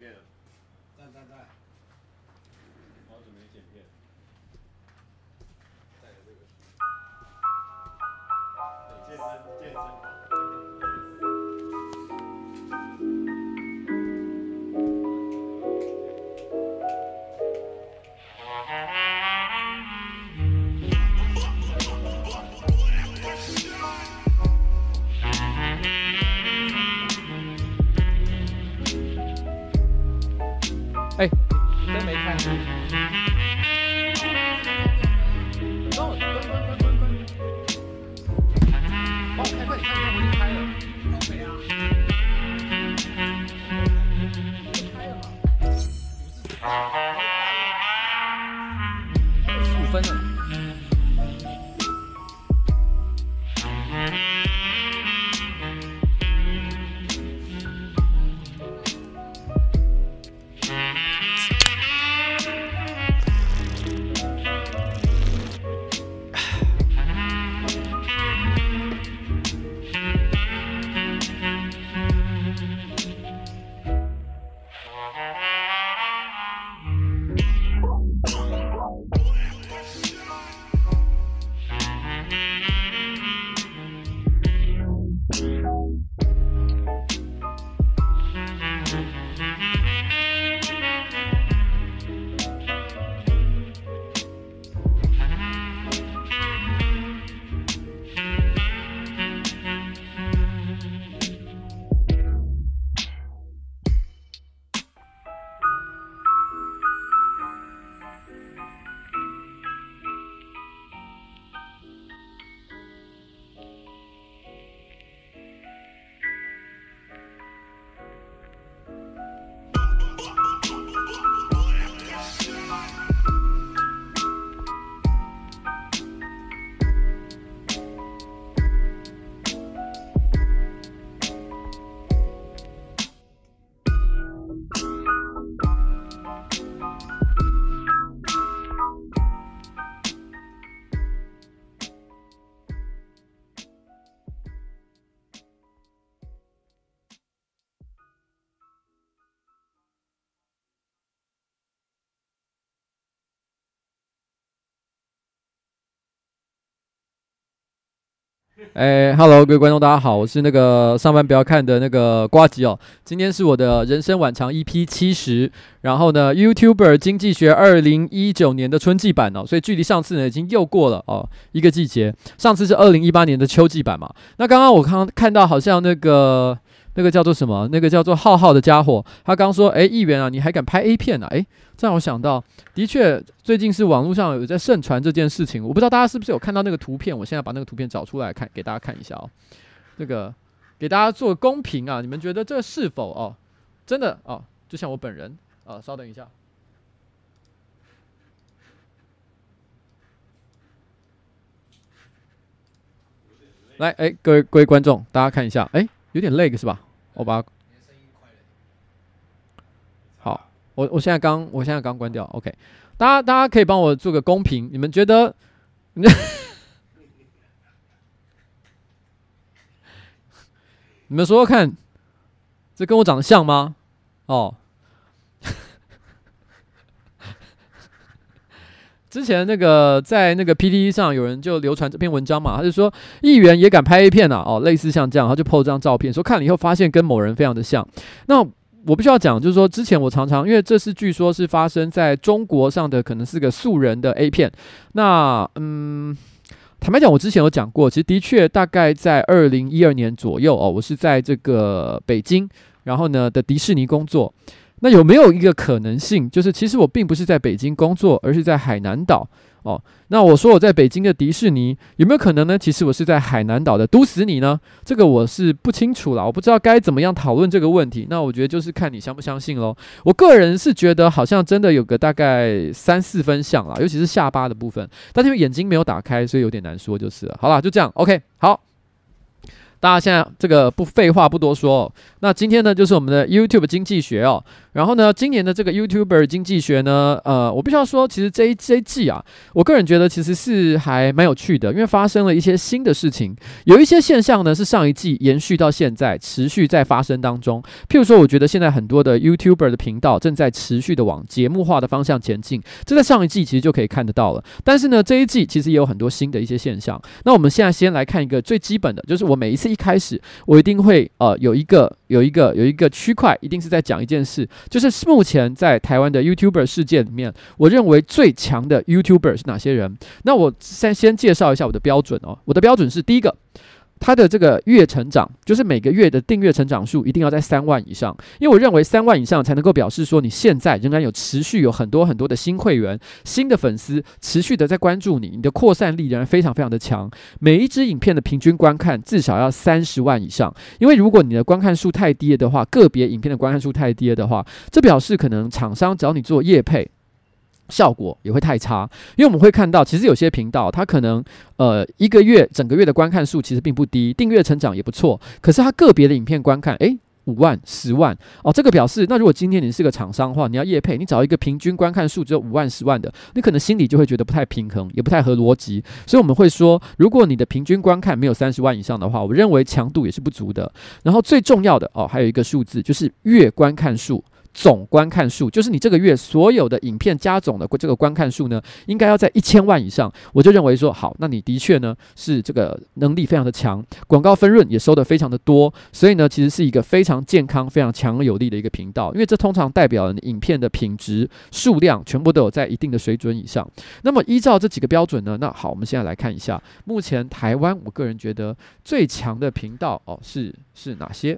片了， 在， 我要准备剪片，带了这个，健身房。 灯没开。关。帮我开，快点开，我已经开了。 靠北啊！ 开了嘛？15分了。Hello， 各位观众，大家好，我是那个上班不要看的那个呱吉哦。今天是我的人生晚长 EP 70，然后呢 YouTuber 经济学2019年的春季版哦，所以距离上次呢已经又过了哦一个季节。上次是2018年的秋季版嘛。那刚刚我看到好像那个叫做什么？那个叫做浩浩的家伙，他刚说，议员啊，你还敢拍 A 片啊？这让我想到，的确，最近是网络上有在盛传这件事情，我不知道大家是不是有看到那个图片，我现在把那个图片找出来看，给大家看一下哦。这个给大家做公平啊，你们觉得这个是否哦，真的哦，就像我本人啊，稍等一下。来，各位观众，大家看一下，有点累是吧？我把它好，我现在刚关掉 ，OK。大家可以帮我做个公平，你们觉得？你们说说看，这跟我长得像吗？哦，之前在那个 PTT 上有人就流传这篇文章嘛，他就说议员也敢拍 A 片啊，哦，类似像这样，他就 po 这张照片，说看了以后发现跟某人非常的像。那我必须要讲，就是说之前我常常，因为这是据说是发生在中国上的，可能是个素人的 A 片。那坦白讲，我之前有讲过，其实的确大概在2012年左右哦，我是在这个北京，然后呢的迪士尼工作。那有没有一个可能性，就是其实我并不是在北京工作，而是在海南岛哦？那我说我在北京的迪士尼，有没有可能呢？其实我是在海南岛的都死你呢？这个我是不清楚啦，我不知道该怎么样讨论这个问题。那我觉得就是看你相不相信咯。我个人是觉得好像真的有个大概3-4分像啦，尤其是下巴的部分，但是因为眼睛没有打开，所以有点难说就是了。好啦，就这样 ，OK， 好。 大家现在这个不废话不多说哦，那今天呢就是我们的 YouTube 经济学哦。然后呢，今年的这个 YouTuber 经济学呢，我必须要说，其实这一季啊，我个人觉得其实是还蛮有趣的，因为发生了一些新的事情，有一些现象呢是上一季延续到现在，持续在发生当中。譬如说，我觉得现在很多的 YouTuber 的频道正在持续的往节目化的方向前进，这在上一季其实就可以看得到了。但是呢，这一季其实也有很多新的一些现象。那我们现在先来看一个最基本的，就是我每一次一开始，我一定会有一个区块，一定是在讲一件事。就是目前在台湾的 YouTuber 世界里面，我认为最强的 YouTuber 是哪些人？那我先介绍一下我的标准哦。我的标准是第一个，他的这个月成长，就是每个月的订阅成长数一定要在3万以上，因为我认为3万以上才能够表示说你现在仍然有持续有很多很多的新会员、新的粉丝持续的在关注你，你的扩散力仍然非常非常的强。每一支影片的平均观看至少要30万以上，因为如果你的观看数太低了的话，个别影片的观看数太低了的话，这表示可能厂商找你做业配，效果也会太差，因为我们会看到，其实有些频道它可能一个月整个月的观看数其实并不低，订阅成长也不错，可是它个别的影片观看5万、10万哦，这个表示，那如果今天你是个厂商的话，你要业配，你找一个平均观看数只有5万、10万的，你可能心里就会觉得不太平衡，也不太合逻辑。所以我们会说，如果你的平均观看没有30万以上的话，我认为强度也是不足的。然后最重要的还有一个数字，就是月观看数。总观看数就是你这个月所有的影片加总的这个观看数呢，应该要在1000万以上。我就认为说，好，那你的确呢是这个能力非常的强，广告分润也收得非常的多，所以呢，其实是一个非常健康、非常强而有力的一个频道。因为这通常代表了你影片的品质、数量全部都有在一定的水准以上。那么依照这几个标准呢，那好，我们现在来看一下，目前台湾我个人觉得最强的频道是哪些？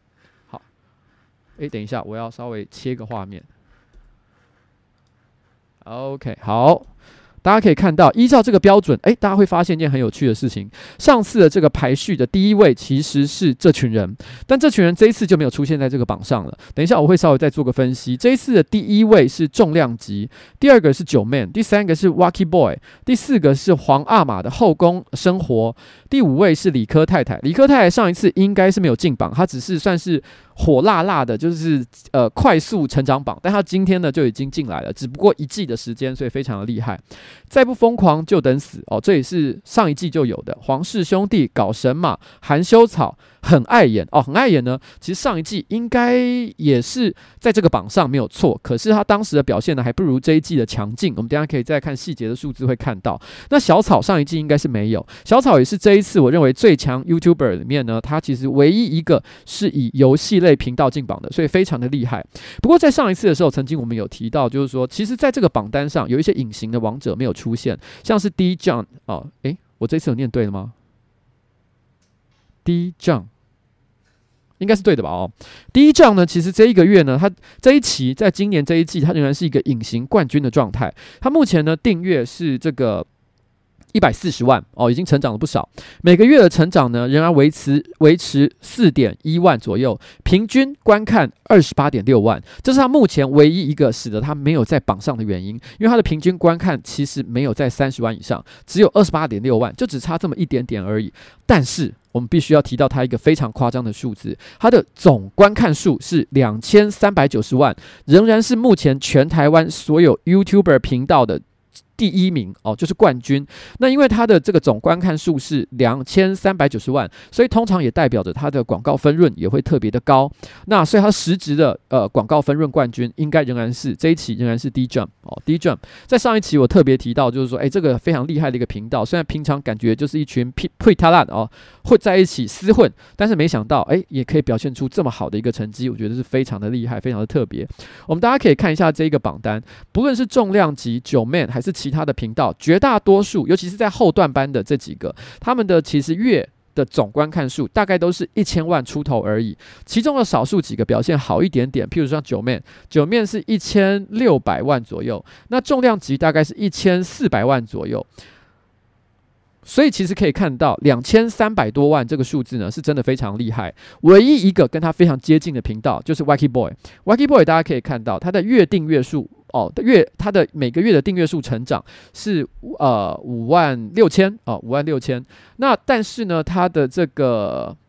等一下，我要稍微切个画面。OK， 好，大家可以看到，依照这个标准，大家会发现一件很有趣的事情。上次的这个排序的第一位其实是这群人，但这群人这一次就没有出现在这个榜上了。等一下我会稍微再做个分析。这一次的第一位是重量级，第二个是9man，第三个是 Wacky Boy， 第四个是皇阿玛的后宫生活，第5位是理科太太。理科太太上一次应该是没有进榜，她只是算是火辣辣的，就是快速成长榜，但他今天呢就已经进来了，只不过1季的时间，所以非常的厉害。再不疯狂就等死这也是上一季就有的。皇室兄弟、搞神马、含羞草、很碍眼很碍眼呢，其实上一季应该也是在这个榜上没有错，可是他当时的表现呢还不如这一季的强劲。我们等一下可以再看细节的数字会看到。那小草上一季应该是没有，小草也是这一次我认为最强 YouTuber 里面呢，他其实唯一一个是以游戏类频道进榜的，所以非常的厉害。不过在上一次的时候，曾经我们有提到，就是说，其实在这个榜单上有一些隐形的王者没有出现，像是 D John 我这次有念对了吗 ？D John 应该是对的吧？D John 呢，其实这一个月呢，他这一期在今年这一季，他仍然是一个隐形冠军的状态。他目前呢订阅是这个140万已经成长了不少。每个月的成长呢，仍然维持 4.1万左右，平均观看28.6万，这是他目前唯一一个使得他没有在榜上的原因。因为他的平均观看其实没有在30万以上，只有28.6万，就只差这么一点点而已。但是我们必须要提到他一个非常夸张的数字，他的总观看数是2390万，仍然是目前全台湾所有 YouTuber 频道的第1名就是冠军。那因为他的这个总观看数是2390万，所以通常也代表着他的广告分润也会特别的高。那所以他实质的广告分润冠军应该仍然是这一期仍然是 D Jump D Jump。在上一期我特别提到，就是说这个非常厉害的一个频道，虽然平常感觉就是一群配塔烂会在一起厮混，但是没想到也可以表现出这么好的一个成绩，我觉得是非常的厉害，非常的特别。我们大家可以看一下这一个榜单，不论是重量级、9man还是其他的频道，绝大多数，尤其是在后段班的这几个，他们的其实月的总观看数大概都是1000万出头而已。其中的少数几个表现好一点点，譬如说9man是1600万左右，那重量级大概是1400万左右。所以其实可以看到2300多万这个数字呢，是真的非常厉害。唯一一个跟他非常接近的频道就是 Wacky Boy。Wacky Boy 大家可以看到他的月订阅数他的每个月的订阅数成长是56000。那但是呢，他的这个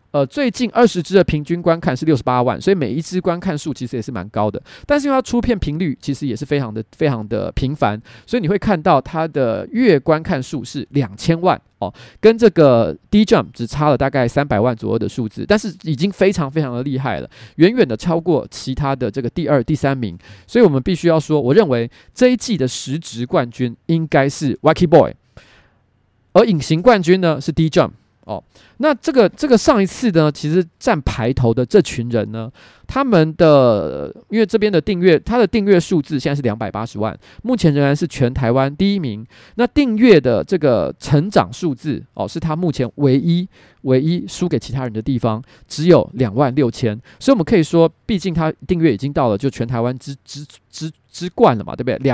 最近20支的平均观看是68万，所以每一支观看数其实也是蛮高的。但是因为它出片频率其实也是非常的频繁，所以你会看到它的月观看数是2000万哦，跟这个 D-Jump 只差了大概300万左右的数字，但是已经非常的厉害了，远远的超过其他的这个第2、第3名。所以我们必须要说，我认为这一季的实质冠军应该是 Wacky Boy， 而隐形冠军呢是 D-Jump。哦，那这个上一次呢，其实占排头的这群人呢，他们的因为这边的订阅，他的订阅数字现在是280万，目前仍然是全台湾第1名。那订阅的这个成长数字哦，是他目前唯一输给其他人的地方，只有26000。所以我们可以说，毕竟他订阅已经到了就全台湾之冠了嘛，对不对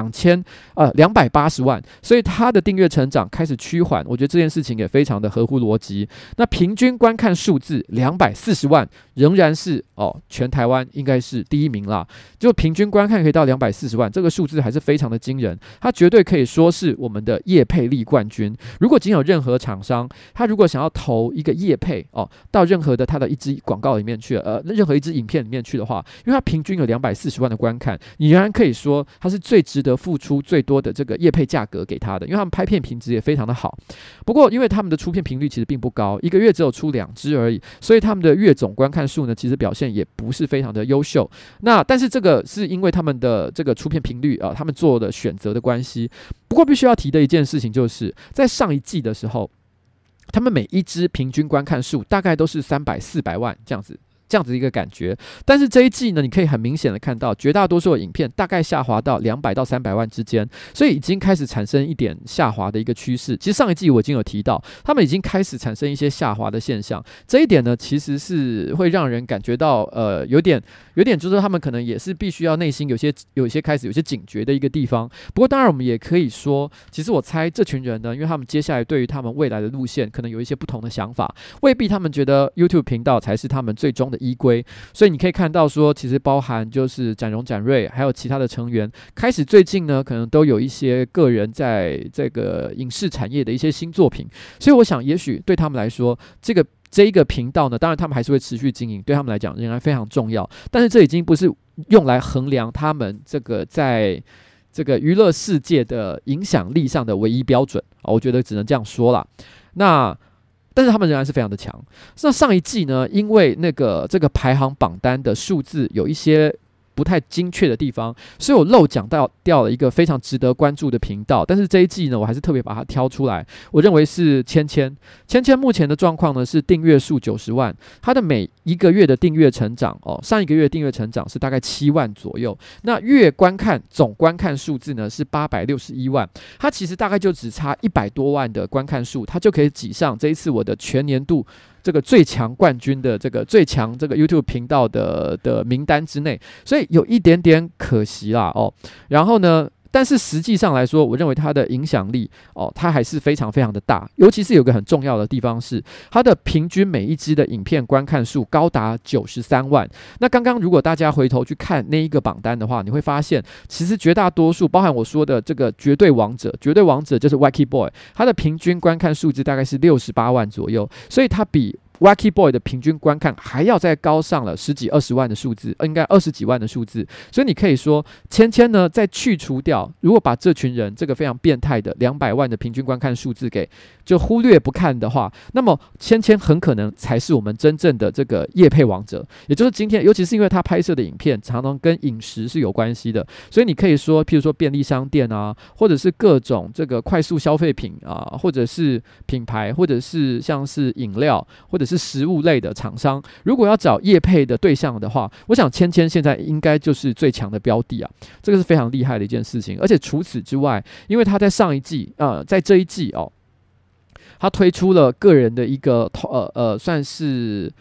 ？280万，所以他的订阅成长开始趋缓，我觉得这件事情也非常的合乎逻辑。那平均观看数字240万，仍然是全台湾应该是第1名啦。就平均观看可以到240万，这个数字还是非常的惊人，它绝对可以说是我们的业配力冠军。如果仅有任何厂商，他如果想要投一个业配到任何的他的一支广告里面去，任何一支影片里面去的话，因为它平均有240万的观看，你仍然可以说它是最值得付出最多的这个业配价格给他的，因为他们拍片品质也非常的好。不过因为他们的出片频率其实并不高，一个月只有出2支而已，所以他们的月总观看数呢，其实表现也不是非常的优秀。但是这个是因为他们的这个出片频率他们做的选择的关系。不过必须要提的一件事情就是在上一季的时候，他们每一支平均观看数大概都是300、400万这样子的一个感觉。但是这一季呢，你可以很明显的看到，绝大多数的影片大概下滑到200到300万之间，所以已经开始产生一点下滑的一个趋势。其实上一季我已经有提到，他们已经开始产生一些下滑的现象。这一点呢，其实是会让人感觉到有点就是说他们可能也是必须要内心有些开始有些警觉的一个地方。不过当然我们也可以说，其实我猜这群人呢，因为他们接下来对于他们未来的路线可能有一些不同的想法，未必他们觉得 YouTube 频道才是他们最终的依归。所以你可以看到说，其实包含就是展荣、展瑞还有其他的成员，开始最近呢可能都有一些个人在这个影视产业的一些新作品。所以我想也许对他们来说，这一个频道呢，当然他们还是会持续经营，对他们来讲仍然非常重要，但是这已经不是用来衡量他们这个在这个娱乐世界的影响力上的唯一标准我觉得只能这样说啦。但是他们仍然是非常的强。那上一季呢，因为这个排行榜单的数字有一些不太精确的地方，所以我漏讲掉了一个非常值得关注的频道。但是这一季呢，我还是特别把它挑出来，我认为是芊目前的状况呢是订阅数90万，它的每一个月的订阅成长上一个月订阅成长是大概7万左右。那月观看总观看数字呢是861万，它其实大概就只差100多万的观看数，它就可以挤上这一次我的全年度这个最强冠军的这个最强这个 YouTube 频道的名单之内，所以有一点点可惜啦然后呢，但是实际上来说，我认为它的影响力它还是非常的大。尤其是有个很重要的地方是，它的平均每一支的影片观看数高达93万。那刚刚如果大家回头去看那一个榜单的话，你会发现其实绝大多数，包含我说的这个绝对王者就是 Wacky Boy， 它的平均观看数字大概是68万左右，所以它比Wacky Boy 的平均观看还要再高上了10几20万的数字，应该20几万的数字。所以你可以说，芊呢，在去除掉，如果把这群人这个非常变态的200万的平均观看数字给就忽略不看的话，那么芊很可能才是我们真正的这个业配王者。也就是今天，尤其是因为他拍摄的影片常常跟饮食是有关系的，所以你可以说，譬如说便利商店啊，或者是各种这个快速消费品啊，或者是品牌，或者是像是饮料，或者是食物类的厂商，如果要找业配的对象的话，我想芊现在应该就是最强的标的啊，这个是非常厉害的一件事情。而且除此之外，因为他在上一季在这一季他推出了个人的一个算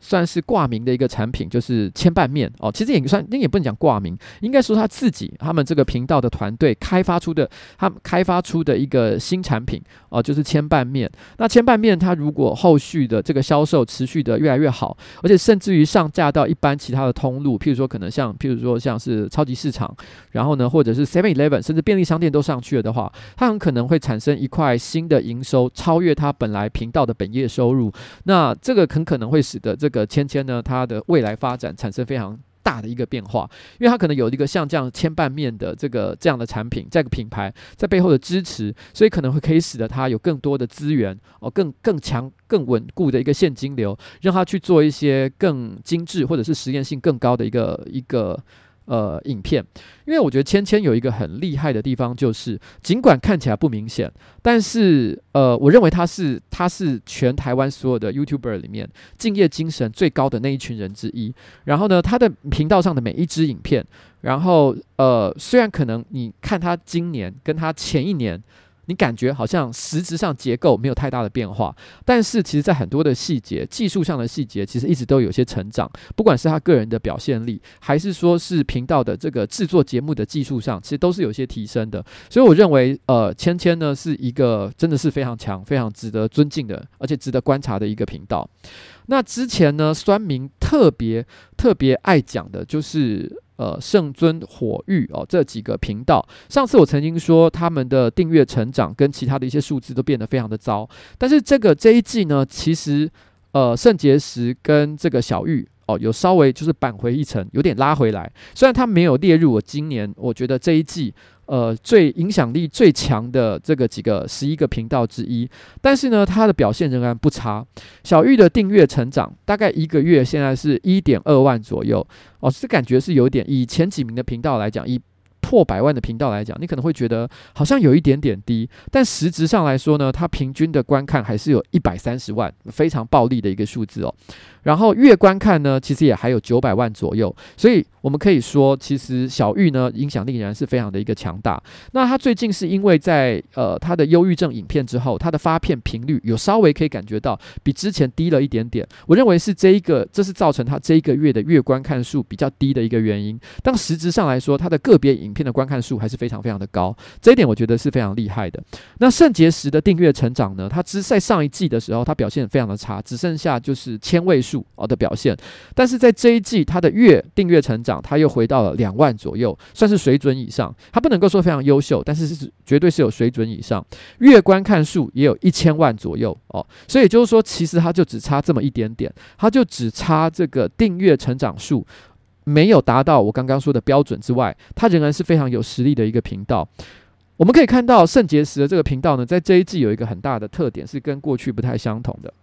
算是挂名的一个产品，就是千拌面哦。其实也不能讲挂名，应该说他们这个频道的团队开发出的一个新产品哦，就是千拌面。那千拌面它如果后续的这个销售持续的越来越好，而且甚至于上架到一般其他的通路，譬如说像是超级市场，然后呢，或者是 7-Eleven， 甚至便利商店都上去了的话，它很可能会产生一块新的营收，超越它本来频道的本业收入。那这个很可能会使得这个千呢，它的未来发展产生非常大的一个变化，因为它可能有一个像这样千拌面的这样的产品，这个品牌在背后的支持，所以可能可以使得它有更多的资源哦，更强、更稳固的一个现金流，让它去做一些更精致或者是实验性更高的一个影片。因为我觉得千有一个很厉害的地方，就是尽管看起来不明显，但是我认为他是全台湾所有的 YouTuber 里面敬业精神最高的那一群人之一。然后呢，他的频道上的每一支影片，然后虽然可能你看他今年跟他前一年，你感觉好像实质上结构没有太大的变化，但是其实在很多的细节、技术上的细节，其实一直都有些成长。不管是他个人的表现力，还是说是频道的这个制作节目的技术上，其实都是有些提升的。所以我认为，千呢是一个真的是非常强、非常值得尊敬的，而且值得观察的一个频道。那之前呢，酸民特别爱讲的就是圣尊、火域哦这几个频道。上次我曾经说他们的订阅成长跟其他的一些数字都变得非常的糟，但是这一季呢，其实圣结石跟这个小玉哦有稍微就是扳回一城，有点拉回来。虽然他没有列入我今年我觉得这一季最影响力最强的这个11个频道之一，但是呢，它的表现仍然不差。小玉的订阅成长大概一个月现在是 1.2 万左右哦，这感觉是有点以前几名的频道来讲，以破100万的频道来讲，你可能会觉得好像有一点点低，但实质上来说呢，它平均的观看还是有130万，非常暴利的一个数字哦。然后月观看呢，其实也还有900万左右，所以我们可以说，其实小玉呢影响力仍然是非常的一个强大。那他最近是因为在他的忧郁症影片之后，他的发片频率有稍微可以感觉到比之前低了一点点。我认为是这是造成他这一个月的月观看数比较低的一个原因。但实质上来说，他的个别影片的观看数还是非常非常的高，这一点我觉得是非常厉害的。那圣结石的订阅成长呢，他在上一季的时候，他表现非常的差，只剩下就是千位数的表现。但是在这一季，他的月订阅成长，他又回到了2万左右，算是水准以上。他不能够说非常优秀，但是绝对是有水准以上。月观看数也有1000万左右哦，所以也就是说，其实他就只差这么一点点，他就只差这个订阅成长数没有达到我刚刚说的标准之外，他仍然是非常有实力的一个频道。我们可以看到圣结石的这个频道呢，在这一季有一个很大的特点，是跟过去不太相同的，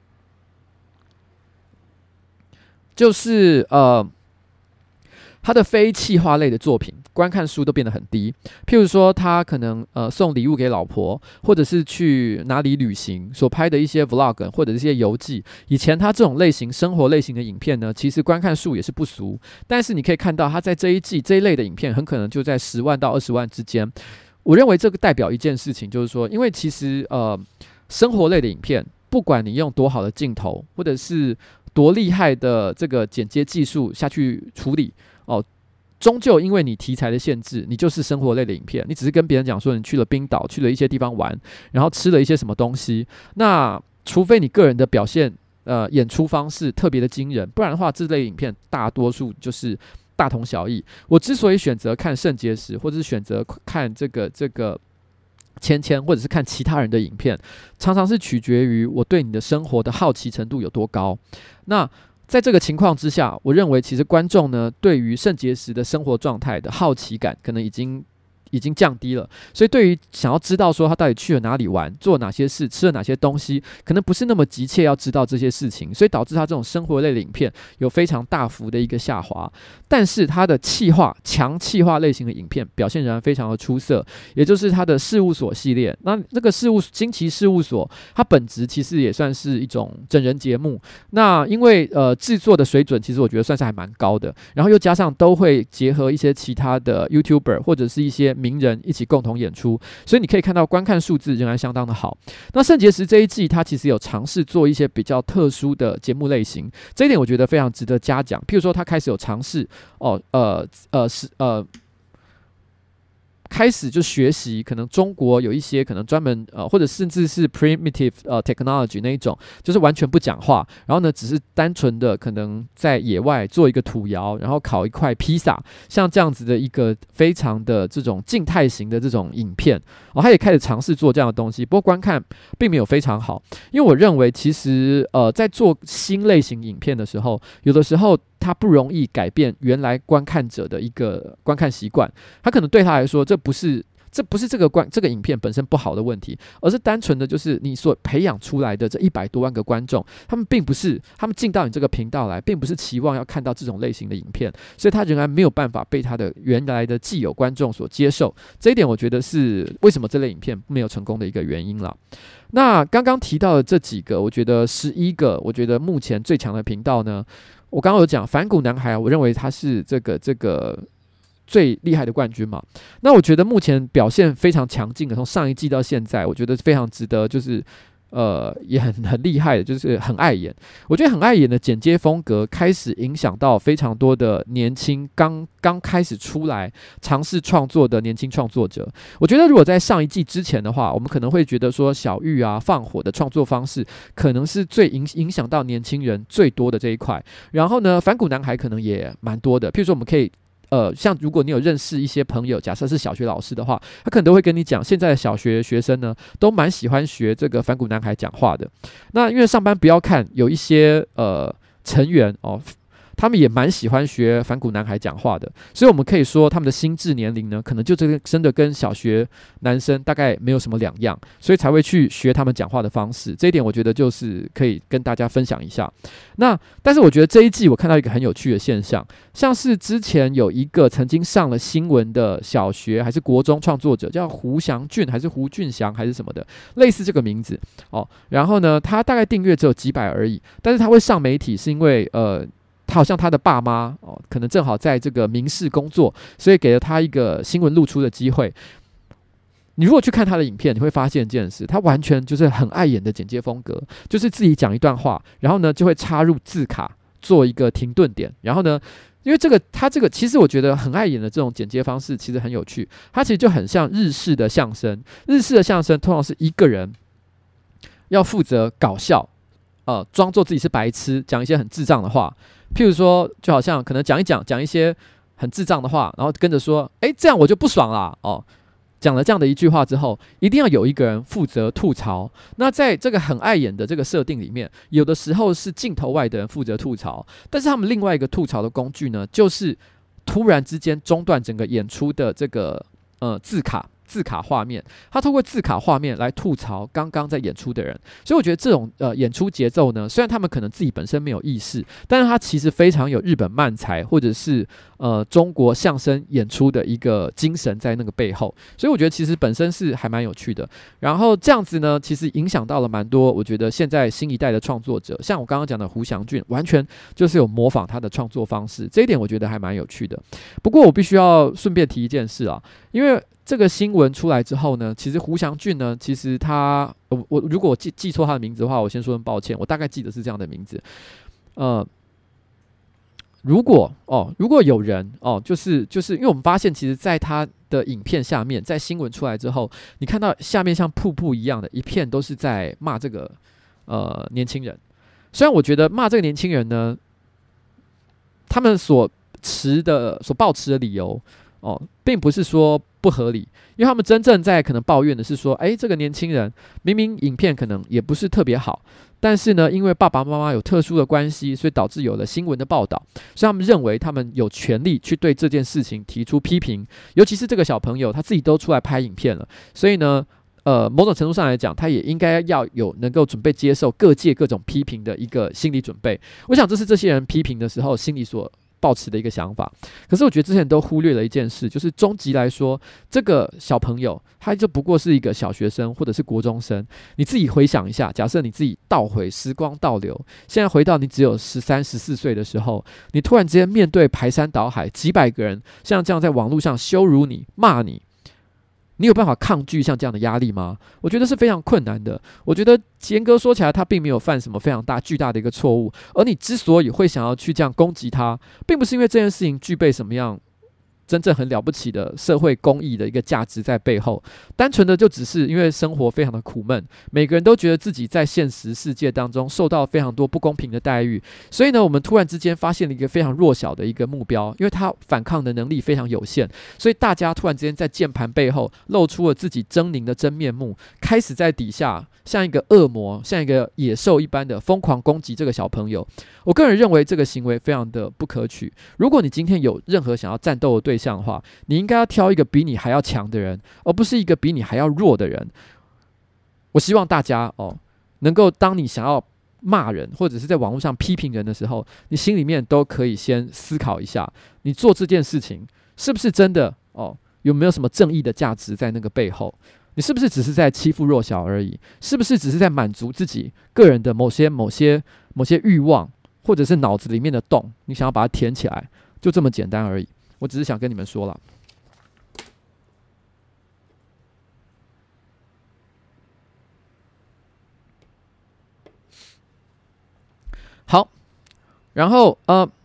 就是他的非企划类的作品观看数都变得很低。譬如说他可能送礼物给老婆，或者是去哪里旅行所拍的一些 vlog 或者是一些游记，以前他这种类型生活类型的影片呢，其实观看数也是不俗。但是你可以看到他在这一季这一类的影片很可能就在10万到20万之间。我认为这个代表一件事情，就是说因为其实生活类的影片，不管你用多好的镜头或者是多厉害的这个剪接技术下去处理哦，终究因为你题材的限制，你就是生活类的影片，你只是跟别人讲说你去了冰岛，去了一些地方玩，然后吃了一些什么东西。那除非你个人的表现演出方式特别的惊人，不然的话这类影片大多数就是大同小异。我之所以选择看圣结石，或者是选择看这个千，或者是看其他人的影片，常常是取决于我对你的生活的好奇程度有多高。那在这个情况之下，我认为其实观众呢，对于圣结石的生活状态的好奇感可能已经降低了，所以对于想要知道说他到底去了哪里玩，做哪些事，吃了哪些东西，可能不是那么急切要知道这些事情，所以导致他这种生活类的影片有非常大幅的一个下滑。但是他的强企划类型的影片表现仍然非常的出色，也就是他的事务所系列。那个惊奇事务所，它本质其实也算是一种整人节目。那因为制作的水准其实我觉得算是还蛮高的，然后又加上都会结合一些其他的 YouTuber 或者是一些名人一起共同演出，所以你可以看到观看数字仍然相当的好。那圣结石这一季，它其实有尝试做一些比较特殊的节目类型，这一点我觉得非常值得嘉奖。譬如说，他开始有尝试开始就学习，可能中国有一些可能专门或者甚至是 primitive technology 那一种，就是完全不讲话，然后呢只是单纯的可能在野外做一个土窑，然后烤一块披萨，像这样子的一个非常的这种静态型的这种影片，他也开始尝试做这样的东西，不过观看并没有非常好，因为我认为其实在做新类型影片的时候，有的时候他不容易改变原来观看者的一个观看习惯，他可能对他来说，这不是这个影片本身不好的问题，而是单纯的就是你所培养出来的这100多万个观众，他们进到你这个频道来，并不是期望要看到这种类型的影片，所以他仍然没有办法被他的原来的既有观众所接受。这一点我觉得是为什么这类影片没有成功的一个原因啦。那刚刚提到的这几个，我觉得11个，我觉得目前最强的频道呢，我刚刚有讲反骨男孩，我认为他是这个最厉害的冠军嘛。那我觉得目前表现非常强劲的，从上一季到现在，我觉得非常值得，就是也很厉害的，就是很碍眼。我觉得很碍眼的剪接风格开始影响到非常多的年轻刚开始出来尝试创作的年轻创作者。我觉得如果在上一季之前的话，我们可能会觉得说小玉啊、放火的创作方式可能是最影响到年轻人最多的这一块。然后呢，反骨男孩可能也蛮多的，譬如说我们可以。像如果你有认识一些朋友，假设是小学老师的话，他可能都会跟你讲，现在的小学学生呢，都蛮喜欢学这个反骨男孩讲话的。那因为上班不要看，有一些成员他们也蛮喜欢学反骨男孩讲话的，所以我们可以说他们的心智年龄呢，可能就真的跟小学男生大概没有什么两样，所以才会去学他们讲话的方式。这一点我觉得就是可以跟大家分享一下。但是我觉得这一季我看到一个很有趣的现象，像是之前有一个曾经上了新闻的小学还是国中创作者，叫胡祥俊还是胡俊祥还是什么的，类似这个名字然后呢，他大概订阅只有几百而已，但是他会上媒体是因为他好像他的爸妈可能正好在这个民视工作，所以给了他一个新闻露出的机会。你如果去看他的影片，你会发现一件事，他完全就是很碍眼的剪接风格，就是自己讲一段话，然后呢就会插入字卡做一个停顿点，然后呢因为他这个其实我觉得很碍眼的这种剪接方式其实很有趣，它其实就很像日式的相声。日式的相声通常是一个人要负责搞笑，装作自己是白痴，讲一些很智障的话，譬如说就好像可能讲一些很智障的话，然后跟着说这样我就不爽啦讲了这样的一句话之后，一定要有一个人负责吐槽。那在这个很碍眼的这个设定里面，有的时候是镜头外的人负责吐槽，但是他们另外一个吐槽的工具呢，就是突然之间中断整个演出的这个字卡画面，他透过字卡画面来吐槽刚刚在演出的人，所以我觉得这种演出节奏呢，虽然他们可能自己本身没有意识，但是他其实非常有日本漫才或者是中国相声演出的一个精神在那个背后，所以我觉得其实本身是还蛮有趣的。然后这样子呢，其实影响到了蛮多，我觉得现在新一代的创作者，像我刚刚讲的胡祥俊，完全就是有模仿他的创作方式，这一点我觉得还蛮有趣的。不过我必须要顺便提一件事啊，因为这个新闻出来之后呢，其实胡祥俊呢，其实我如果我记错他的名字的话，我先说声抱歉，我大概记得是这样的名字。如果有人就是因为我们发现，其实在他的影片下面，在新闻出来之后，你看到下面像瀑布一样的一片都是在骂这个年轻人。虽然我觉得骂这个年轻人呢，他们所抱持的理由并不是说不合理，因为他们真正在可能抱怨的是说，这个年轻人明明影片可能也不是特别好，但是呢，因为爸爸妈妈有特殊的关系，所以导致有了新闻的报道，所以他们认为他们有权利去对这件事情提出批评，尤其是这个小朋友他自己都出来拍影片了，所以呢某种程度上来讲，他也应该要有能够准备接受各界各种批评的一个心理准备。我想这是这些人批评的时候心里所抱持的一个想法。可是我觉得之前都忽略了一件事，就是终极来说，这个小朋友他就不过是一个小学生或者是国中生。你自己回想一下，假设你自己倒回时光倒流，现在回到你只有13、14岁的时候，你突然之间面对排山倒海几百个人像这样在网络上羞辱你骂你， 你有办法抗拒像这样的压力吗？我觉得是非常困难的。我觉得严格说起来，他并没有犯什么非常巨大的一个错误，而你之所以会想要去这样攻击他，并不是因为这件事情具备什么样真正很了不起的社会公益的一个价值在背后，单纯的就只是因为生活非常的苦闷，每个人都觉得自己在现实世界当中受到非常多不公平的待遇，所以呢，我们突然之间发现了一个非常弱小的一个目标，因为他反抗的能力非常有限，所以大家突然之间在键盘背后露出了自己狰狞的真面目，开始在底下像一个恶魔，像一个野兽一般的疯狂攻击这个小朋友。我个人认为这个行为非常的不可取。如果你今天有任何想要战斗的对象的话，你应该要挑一个比你还要强的人，而不是一个比你还要弱的人。我希望大家能够当你想要骂人或者是在网络上批评人的时候，你心里面都可以先思考一下，你做这件事情是不是真的有没有什么正义的价值在那个背后？你是不是只是在欺负弱小而已？是不是只是在满足自己个人的某些欲望，或者是脑子里面的洞，你想要把它填起来，就这么简单而已。我只是想跟你们说了。好，然后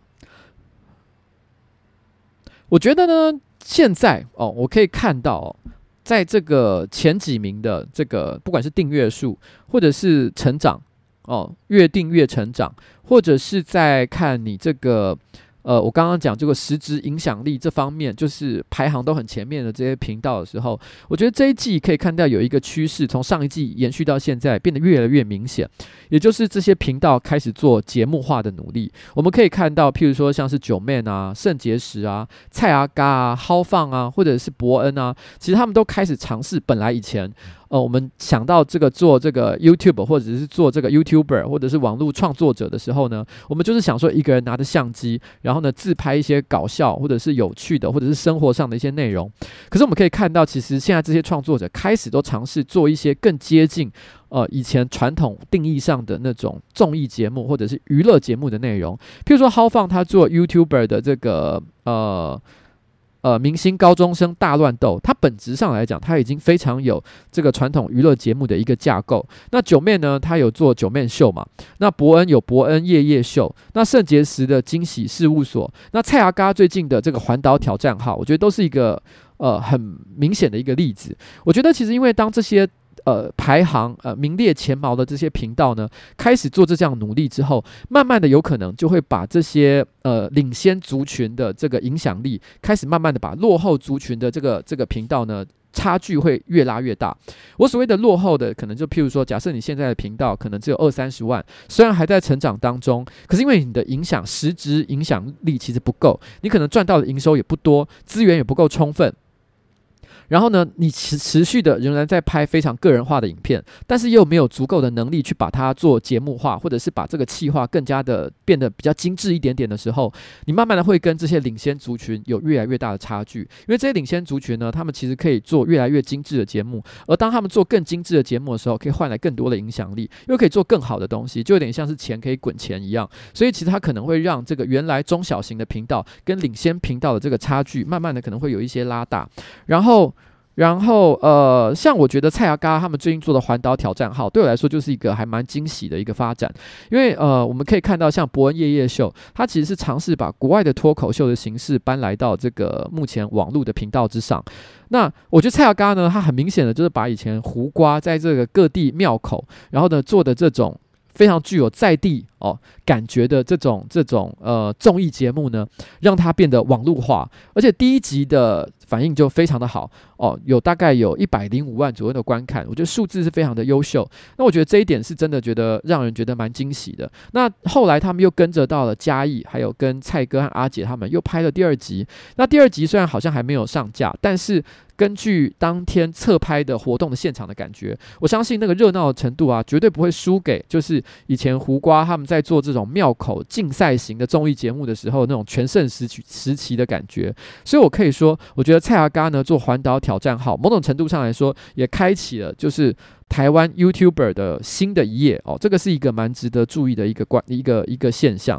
我觉得呢，现在我可以看到在这个前几名的这个，不管是订阅数或者是成长越订阅成长，或者是在看你这个我刚刚讲这个实质影响力这方面，就是排行都很前面的这些频道的时候，我觉得这一季可以看到有一个趋势，从上一季延续到现在，变得越来越明显。也就是这些频道开始做节目化的努力。我们可以看到，譬如说像是9man啊、肾结石啊、蔡阿嘎啊、浩放啊，或者是伯恩啊，其实他们都开始尝试。本来以前我们想到这个做这个 YouTube 或者是做这个 YouTuber 或者是网络创作者的时候呢，我们就是想说一个人拿着相机，然后呢自拍一些搞笑或者是有趣的或者是生活上的一些内容。可是我们可以看到，其实现在这些创作者开始都尝试做一些更接近以前传统定义上的那种综艺节目或者是娱乐节目的内容。譬如说浩放他做 YouTuber 的这个明星高中生大乱斗，它本质上来讲，它已经非常有这个传统娱乐节目的一个架构。那9man呢，他有做9man秀嘛？那伯恩有伯恩夜夜秀，那肾结石的惊喜事务所，那蔡阿嘎最近的这个环岛挑战号，我觉得都是一个很明显的一个例子。我觉得其实因为当这些排行名列前茅的这些频道呢，开始做这样努力之后，慢慢的有可能就会把这些领先族群的这个影响力，开始慢慢的把落后族群的这个频道呢，差距会越拉越大。我所谓的落后的，可能就譬如说，假设你现在的频道可能只有20-30万，虽然还在成长当中，可是因为你的实质影响力其实不够，你可能赚到的营收也不多，资源也不够充分。然后呢，你持续的仍然在拍非常个人化的影片，但是又没有足够的能力去把它做节目化，或者是把这个企划更加的变得比较精致一点点的时候，你慢慢的会跟这些领先族群有越来越大的差距。因为这些领先族群呢，他们其实可以做越来越精致的节目，而当他们做更精致的节目的时候，可以换来更多的影响力，又可以做更好的东西，就有点像是钱可以滚钱一样。所以其实它可能会让这个原来中小型的频道跟领先频道的这个差距，慢慢的可能会有一些拉大。然后像我觉得蔡阿嘎他们最近做的环岛挑战号，对我来说就是一个还蛮惊喜的一个发展。因为我们可以看到像伯恩夜夜秀，它其实是尝试把国外的脱口秀的形式搬来到这个目前网络的频道之上。那我觉得蔡阿嘎呢，他很明显的就是把以前胡瓜在这个各地庙口，然后呢做的这种非常具有在地感觉的这种综艺节目呢，让它变得网络化，而且第一集的反应就非常的好大概有105万左右的观看，我觉得数字是非常的优秀。那我觉得这一点是真的觉得让人觉得蛮惊喜的。那后来他们又跟着到了嘉义，还有跟蔡哥和阿姐他们又拍了第2集。那第2集虽然好像还没有上架，但是根据当天侧拍的活动的现场的感觉，我相信那个热闹的程度啊，绝对不会输给就是以前胡瓜他们在做这种庙口竞赛型的综艺节目的时候那种全盛时期的感觉。所以我可以说，我觉得蔡阿嘎呢做环岛挑战号，某种程度上来说也开启了就是台湾 YouTuber 的新的一页这个是一个蛮值得注意的一个现象。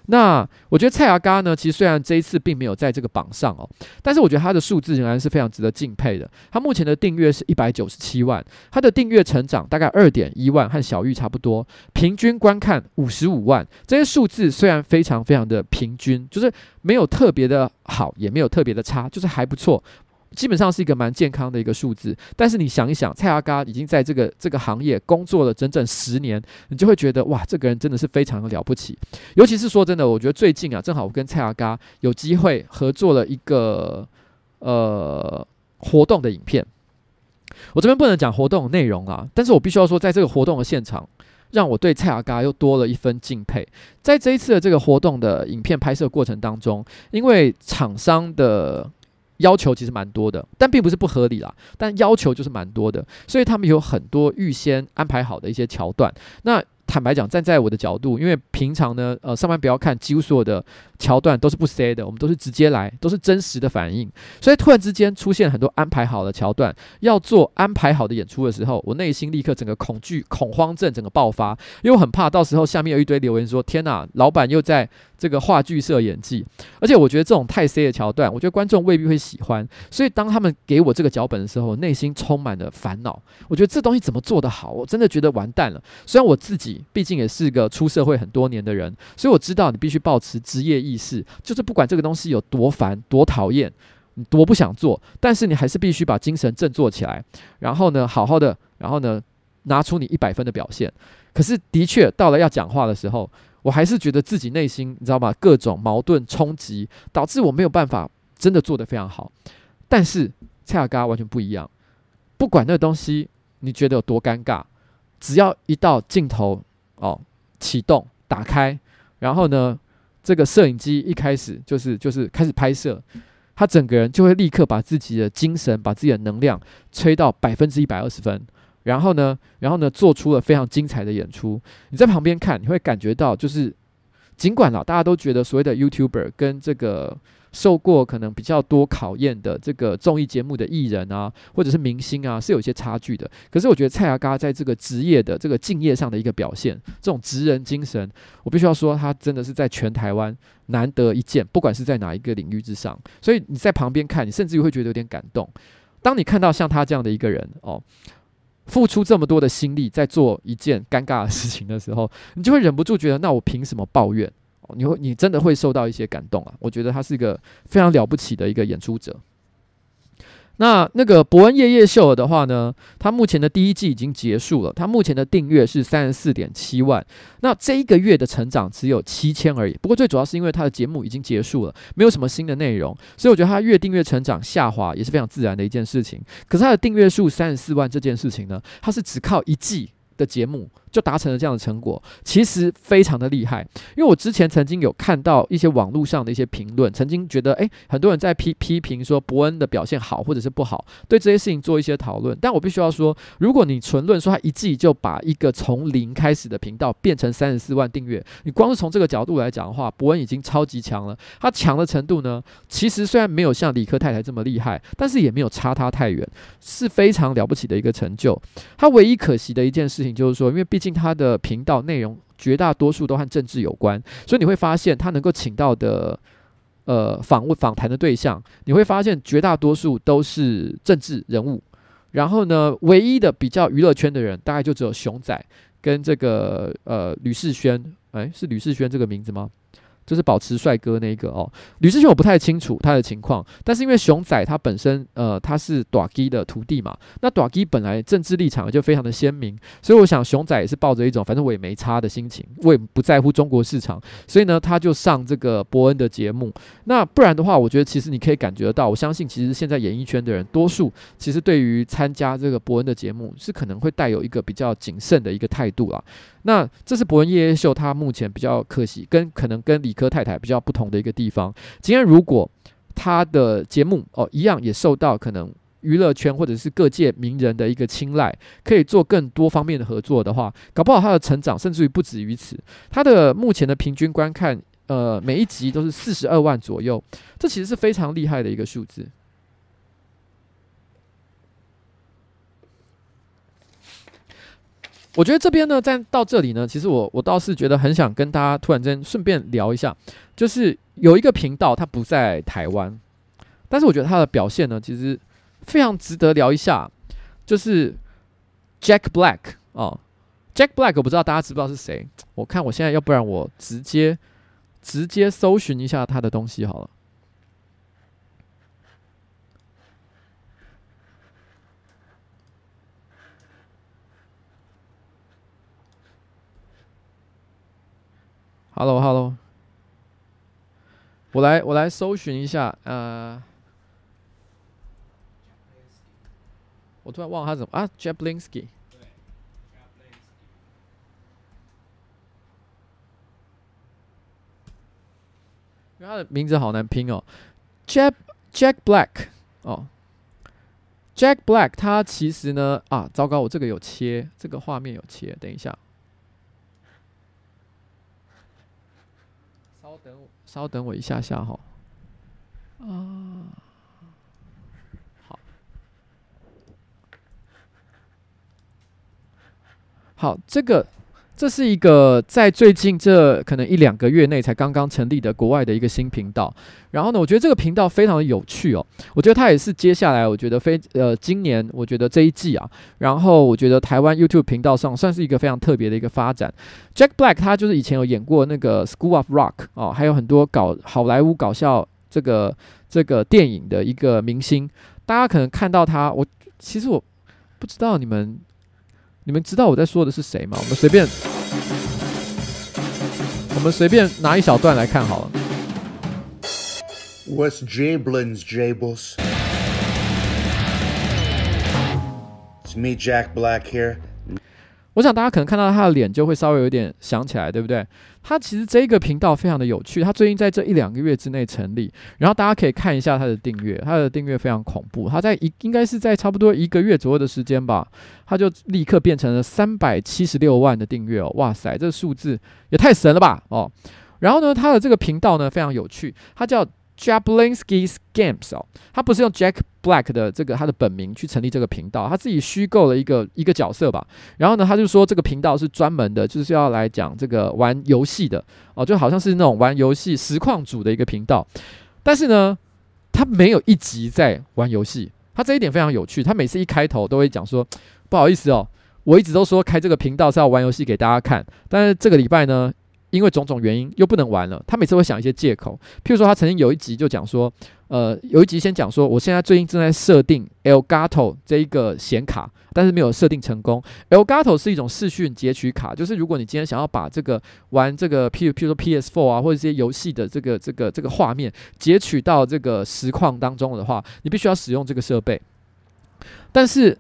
那我觉得蔡阿嘎呢，其实虽然这一次并没有在这个榜上哦，但是我觉得他的数字仍然是非常值得敬佩的。他目前的订阅是197万，他的订阅成长大概2.1万，和小玉差不多，平均观看55万。这些数字虽然非常非常的平均，就是没有特别的好，也没有特别的差，就是还不错。基本上是一个蛮健康的一个数字，但是你想一想，蔡阿嘎已经在这个行业工作了整整10年，你就会觉得哇，这个人真的是非常的了不起。尤其是说真的，我觉得最近啊，正好我跟蔡阿嘎有机会合作了一个活动的影片。我这边不能讲活动的内容啊，但是我必须要说，在这个活动的现场，让我对蔡阿嘎又多了一分敬佩。在这一次的这个活动的影片拍摄过程当中，因为厂商的要求其实蛮多的，但并不是不合理啦，但要求就是蛮多的，所以他们有很多预先安排好的一些桥段。那坦白讲，站在我的角度，因为平常呢，上班不要看，几乎所有的桥段都是不塞的，我们都是直接来，都是真实的反应。所以突然之间出现很多安排好的桥段，要做安排好的演出的时候，我内心立刻整个恐慌症整个爆发，因为我很怕到时候下面有一堆留言说：“天哪，老板又在这个话剧社演技。”而且我觉得这种太塞的桥段，我觉得观众未必会喜欢。所以当他们给我这个脚本的时候，内心充满了烦恼。我觉得这东西怎么做得好，我真的觉得完蛋了。虽然我自己毕竟也是个出社会很多年的人，所以我知道你必须抱持职业意识，就是不管这个东西有多烦、多讨厌，你多不想做，但是你还是必须把精神振作起来，然后呢，好好的，然后呢，拿出你100分的表现。可是的确到了要讲话的时候，我还是觉得自己内心你知道吗？各种矛盾冲击，导致我没有办法真的做得非常好。但是蔡阿嘎完全不一样，不管那个东西你觉得有多尴尬，只要一到镜头启动打开，然后呢，这个摄影机一开始就是开始拍摄，他整个人就会立刻把自己的精神、把自己的能量吹到120%分。然后呢，做出了非常精彩的演出。你在旁边看，你会感觉到，就是尽管大家都觉得所谓的 YouTuber 跟这个受过可能比较多考验的这个综艺节目的艺人啊，或者是明星啊，是有一些差距的。可是我觉得蔡阿嘎在这个职业的这个敬业上的一个表现，这种职人精神，我必须要说，他真的是在全台湾难得一见，不管是在哪一个领域之上。所以你在旁边看，你甚至于会觉得有点感动。当你看到像他这样的一个人付出这么多的心力在做一件尴尬的事情的时候，你就会忍不住觉得，那我凭什么抱怨？你真的会受到一些感动啊！我觉得他是一个非常了不起的一个演出者。那个伯恩夜夜秀的话呢，他目前的第1季已经结束了，他目前的订阅是34.7万。那这一个月的成长只有7000而已。不过最主要是因为他的节目已经结束了，没有什么新的内容，所以我觉得他月订阅成长下滑也是非常自然的一件事情。可是他的订阅数34万这件事情呢，他是只靠1季的节目就达成了这样的成果，其实非常的厉害。因为我之前曾经有看到一些网络上的一些评论，曾经觉得很多人在批评说伯恩的表现好或者是不好，对这些事情做一些讨论。但我必须要说，如果你纯论说他1季就把一个从0开始的频道变成34万订阅，你光是从这个角度来讲的话，伯恩已经超级强了。他强的程度呢，其实虽然没有像理科太太这么厉害，但是也没有差他太远，是非常了不起的一个成就。他唯一可惜的一件事情就是说，因为毕竟他的频道内容绝大多数都和政治有关，所以你会发现他能够请到的访谈的对象，你会发现绝大多数都是政治人物。然后呢，唯一的比较娱乐圈的人，大概就只有熊仔跟这个吕士轩。是吕士轩这个名字吗？就是保持帅哥那个吕士轩我不太清楚他的情况，但是因为熊仔他本身他是大基的徒弟嘛，那大基本来政治立场就非常的鲜明，所以我想熊仔也是抱着一种反正我也没差的心情，我也不在乎中国市场，所以呢他就上这个伯恩的节目。那不然的话，我觉得其实你可以感觉得到，我相信其实现在演艺圈的人多数其实对于参加这个伯恩的节目是可能会带有一个比较谨慎的一个态度啦。那这是伯恩夜夜秀他目前比较可惜可能跟理科太太比较不同的一个地方。今天如果他的节目一样也受到可能娱乐圈或者是各界名人的一个青睐，可以做更多方面的合作的话，搞不好他的成长甚至于不止于此。他的目前的平均观看每一集都是42万左右，这其实是非常厉害的一个数字。 我觉得这边呢，到这里呢，其实我倒是觉得很想跟大家突然间顺便聊一下，就是有一个频道它不在台湾，但是我觉得它的表现呢，其实非常值得聊一下，就是 Jack Black 哦，Jack Black 我不知道大家知不知道是谁，我看我现在要不然我直接搜寻一下他的东西好了。Hello， 我来搜寻一下，我突然忘了他怎么啊 ，Jablinski， 因为他的名字好难拼哦 ，Jack Black 哦，Jack Black 他其实呢糟糕，我这个有切，这个画面有切，等一下。稍等我一下下哈。好，这是一个在最近这可能1-2个月内才刚刚成立的国外的一个新频道。然后呢，我觉得这个频道非常的有趣哦。我觉得它也是接下来我觉得今年我觉得这一季然后我觉得台湾 YouTube 频道上算是一个非常特别的一个发展。Jack Black 他就是以前有演过那个 School of Rock 哦，还有很多好莱坞搞笑这个电影的一个明星。大家可能看到他，其实我不知道你们知道我在说的是谁吗？我们随便拿一小段来看好了。 What's Jablins, Jables? It's me, Jack Black here. 我想大家可能看到他的脸就会稍微有点想起来，对不对？他其实这个频道非常的有趣，他最近在这1-2个月之内成立，然后大家可以看一下他的订阅，他的订阅非常恐怖，他应该是在差不多1个月左右的时间吧，他就立刻变成了376万的订阅哦，哇塞，这个数字也太神了吧哦！然后呢，他的这个频道呢非常有趣，他叫Jablinski's Games 哦，他不是用 Jack Black 的他的本名去成立这个频道，他自己虚构了一个角色吧。然后呢，他就说这个频道是专门的，就是要来讲这个玩游戏的哦，就好像是那种玩游戏实况主的一个频道。但是呢，他没有一集在玩游戏，他这一点非常有趣。他每次一开头都会讲说，不好意思哦，我一直都说开这个频道是要玩游戏给大家看，但是这个礼拜呢，因为种种原因又不能玩了，他每次会想一些借口，譬如说他曾经有一集就讲说，有一集先讲说，我现在最近正在设定 Elgato 这一个显卡，但是没有设定成功。Elgato 是一种视讯截取卡，就是如果你今天想要把这个玩这个譬如说 PS4 或者这些游戏的这个画面截取到这个实况当中的话，你必须要使用这个设备。但是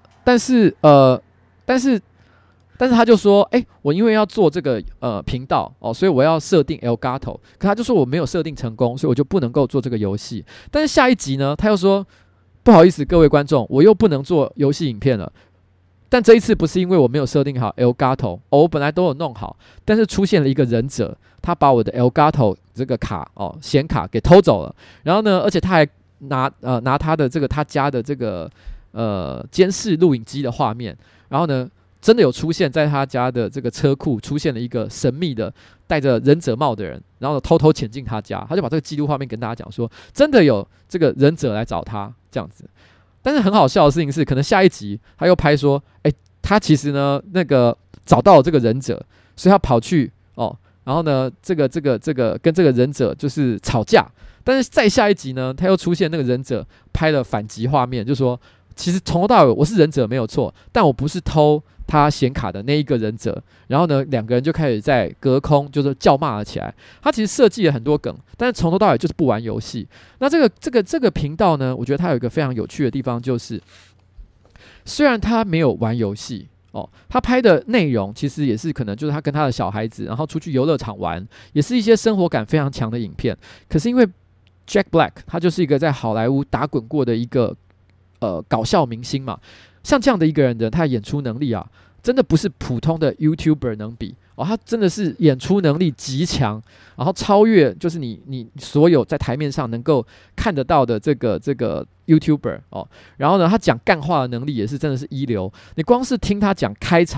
他就说，我因为要做这个频道哦，所以我要设定 Elgato， 可他就说我没有设定成功，所以我就不能够做这个游戏。但是下一集呢，他又说不好意思各位观众，我又不能做游戏影片了。但这一次不是因为我没有设定好 Elgato，我本来都有弄好，但是出现了一个忍者，他把我的 Elgato 这个卡显卡给偷走了。然后呢，而且他还拿他的他家的这个监视录影机的画面，然后呢，真的有出现在他家的这个车库，出现了一个神秘的戴着忍者帽的人，然后偷偷潜进他家，他就把这个记录画面跟大家讲说，真的有这个忍者来找他这样子。但是很好笑的事情是，可能下一集他又拍说，他其实呢找到了这个忍者，所以他跑去然后呢这个跟这个忍者就是吵架。但是再下一集呢，他又出现那个忍者拍了反击画面，就说其实从头到尾我是忍者没有错，但我不是偷他显卡的那一个忍者。然后呢，两个人就开始在隔空就是叫骂了起来。他其实设计了很多梗，但是从头到尾就是不玩游戏。那这个频道呢，我觉得它有一个非常有趣的地方，就是虽然他没有玩游戏他拍的内容其实也是可能就是他跟他的小孩子，然后出去游乐场玩，也是一些生活感非常强的影片。可是因为 Jack Black 他就是一个在好莱坞打滚过的一个搞笑明星嘛，像这样的一个人的他的演出能力真的不是普通的 YouTuber 能比他真的是演出能力极强，然后超越就是你所有在台面上能够看得到的这个 YouTuber 然后呢，他讲干话的能力也是真的是一流。你光是听他讲开场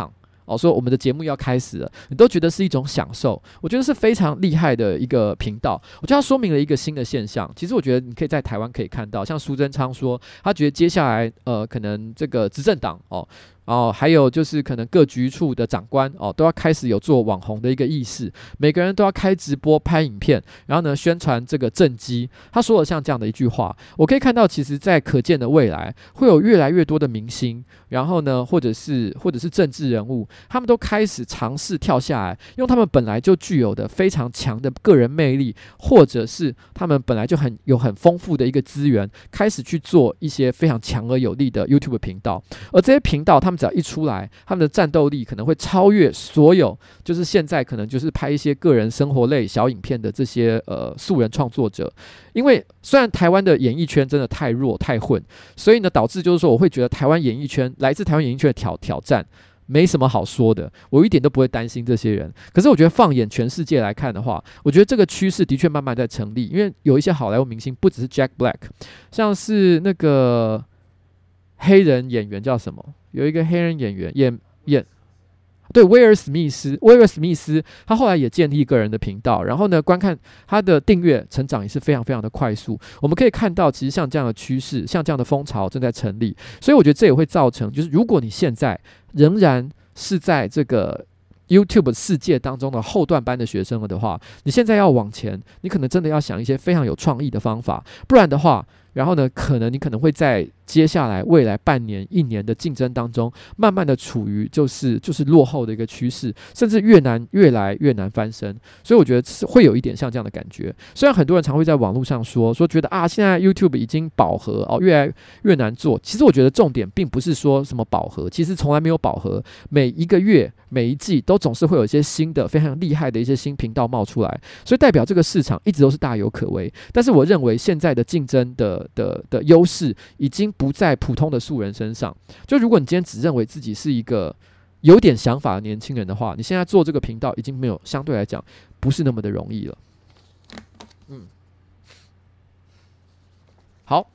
说我们的节目要开始了，你都觉得是一种享受，我觉得是非常厉害的一个频道。我觉得它说明了一个新的现象，其实我觉得你可以在台湾可以看到，像苏贞昌说，他觉得接下来可能这个执政党还有就是可能各局处的长官都要开始有做网红的一个意识，每个人都要开直播拍影片，然后呢宣传这个政绩。他说了像这样的一句话，我可以看到，其实在可见的未来会有越来越多的明星，然后呢或者是政治人物，他们都开始尝试跳下来，用他们本来就具有的非常强的个人魅力，或者是他们本来就有很丰富的一个资源，开始去做一些非常强而有力的 YouTube 频道。而这些频道他们只要一出来，他们的战斗力可能会超越所有就是现在可能就是拍一些个人生活类小影片的这些素人创作者。因为虽然台湾的演艺圈真的太弱太混，所以呢导致就是说我会觉得台湾演艺圈来自台湾演艺圈的挑战没什么好说的，我一点都不会担心这些人。可是我觉得放眼全世界来看的话，我觉得这个趋势的确慢慢在成立，因为有一些好莱坞明星不只是 Jack Black， 像是那个黑人演员叫什么？有一个黑人演员演对，威尔史密斯，他后来也建立个人的频道，然后呢，观看他的订阅成长也是非常非常的快速。我们可以看到，其实像这样的趋势，像这样的风潮正在成立，所以我觉得这也会造成，就是如果你现在仍然是在这个YouTube 世界当中的后段班的学生了的话，你现在要往前，你可能真的要想一些非常有创意的方法，不然的话，然后呢，你可能会在接下来未来半年、1年的竞争当中，慢慢的处于就是落后的一个趋势，甚至越来越难翻身。所以我觉得是会有一点像这样的感觉。虽然很多人常会在网络上说觉得现在 YouTube 已经饱和越来越难做。其实我觉得重点并不是说什么饱和，其实从来没有饱和。每一个月、每一季都总是会有一些新的、非常厉害的一些新频道冒出来，所以代表这个市场一直都是大有可为。但是我认为现在的竞争的优势已经不在普通的素人身上。就如果你今天只认为自己是一个有点想法的年轻人的话，你现在做这个频道已经没有，相对来讲不是那么的容易了。好，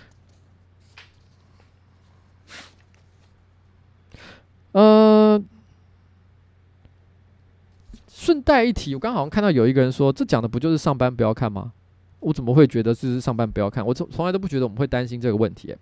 顺带一提，我刚好像看到有一个人说，这讲的不就是上班不要看吗？我怎么会觉得这是上班不要看？我从来都不觉得我们会担心这个问题。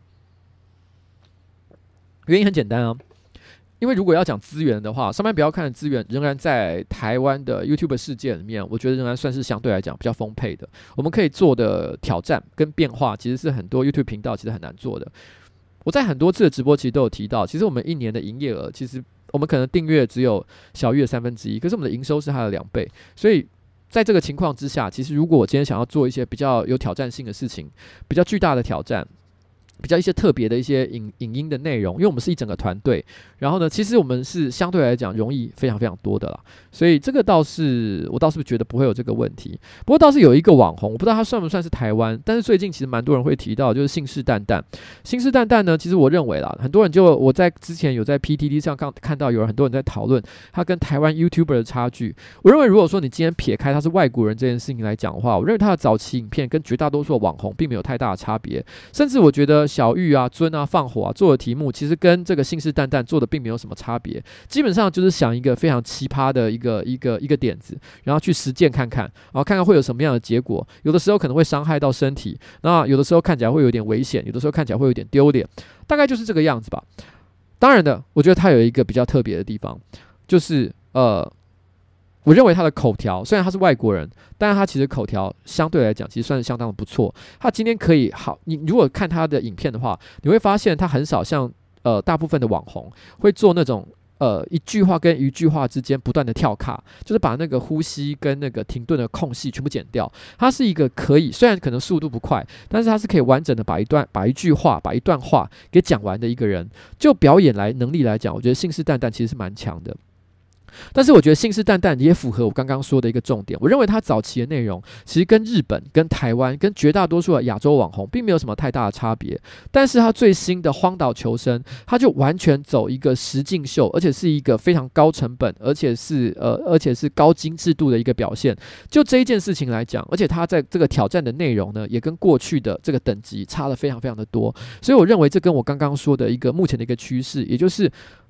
原因很简单啊，因为如果要讲资源的话，上班不要看的资源仍然在台湾的 YouTube 世界里面，我觉得仍然算是相对来讲比较丰沛的。我们可以做的挑战跟变化，其实是很多 YouTube 频道其实很难做的。我在很多次的直播其实都有提到，其实我们1年的营业额，其实我们可能订阅只有小于1/3，可是我们的营收是它的2倍，所以在这个情况之下，其实如果我今天想要做一些比较有挑战性的事情，比较巨大的挑战，比较一些特别的一些影音的内容，因为我们是一整个团队，然后呢，其实我们是相对来讲容易非常非常多的啦，所以这个我倒是觉得不会有这个问题。不过倒是有一个网红，我不知道他算不算是台湾，但是最近其实蛮多人会提到，就是信誓旦旦呢，其实我认为啦，很多人我在之前有在 PTT 上看到有很多人在讨论他跟台湾 YouTuber 的差距。我认为如果说你今天撇开他是外国人这件事情来讲的话，我认为他的早期影片跟绝大多数的网红并没有太大的差别，甚至我觉得小玉啊、尊啊、放火啊做的题目，其实跟这个信誓旦旦做的并没有什么差别，基本上就是想一个非常奇葩的一个点子，然后去实践看看，然后看看会有什么样的结果。有的时候可能会伤害到身体，那有的时候看起来会有点危险，有的时候看起来会有点丢脸，大概就是这个样子吧。当然的，我觉得他有一个比较特别的地方，就是我认为他的口条虽然他是外国人，但是他其实口条相对来讲其实算是相当的不错。他今天可以好，你如果看他的影片的话，你会发现他很少像大部分的网红会做那种一句话跟一句话之间不断的跳卡，就是把那个呼吸跟那个停顿的空隙全部剪掉。他是一个可以，虽然可能速度不快，但是他是可以完整的把一句话、把一段话给讲完的一个人。就表演能力来讲，我觉得信誓旦旦其实是蛮强的。但是我觉得信誓旦旦也符合我刚刚说的一个重点，我认为他早期的内容其实跟日本、跟台湾、跟绝大多数的亚洲网红并没有什么太大的差别，但是他最新的荒岛求生，他就完全走一个实境秀，而且是一个非常高成本，而且是高精致度的一个表现。就这一件事情来讲，而且他在这个挑战的内容呢，也跟过去的这个等级差了非常非常的多，所以我认为这跟我刚刚说的一个目前的一个趋势，也就是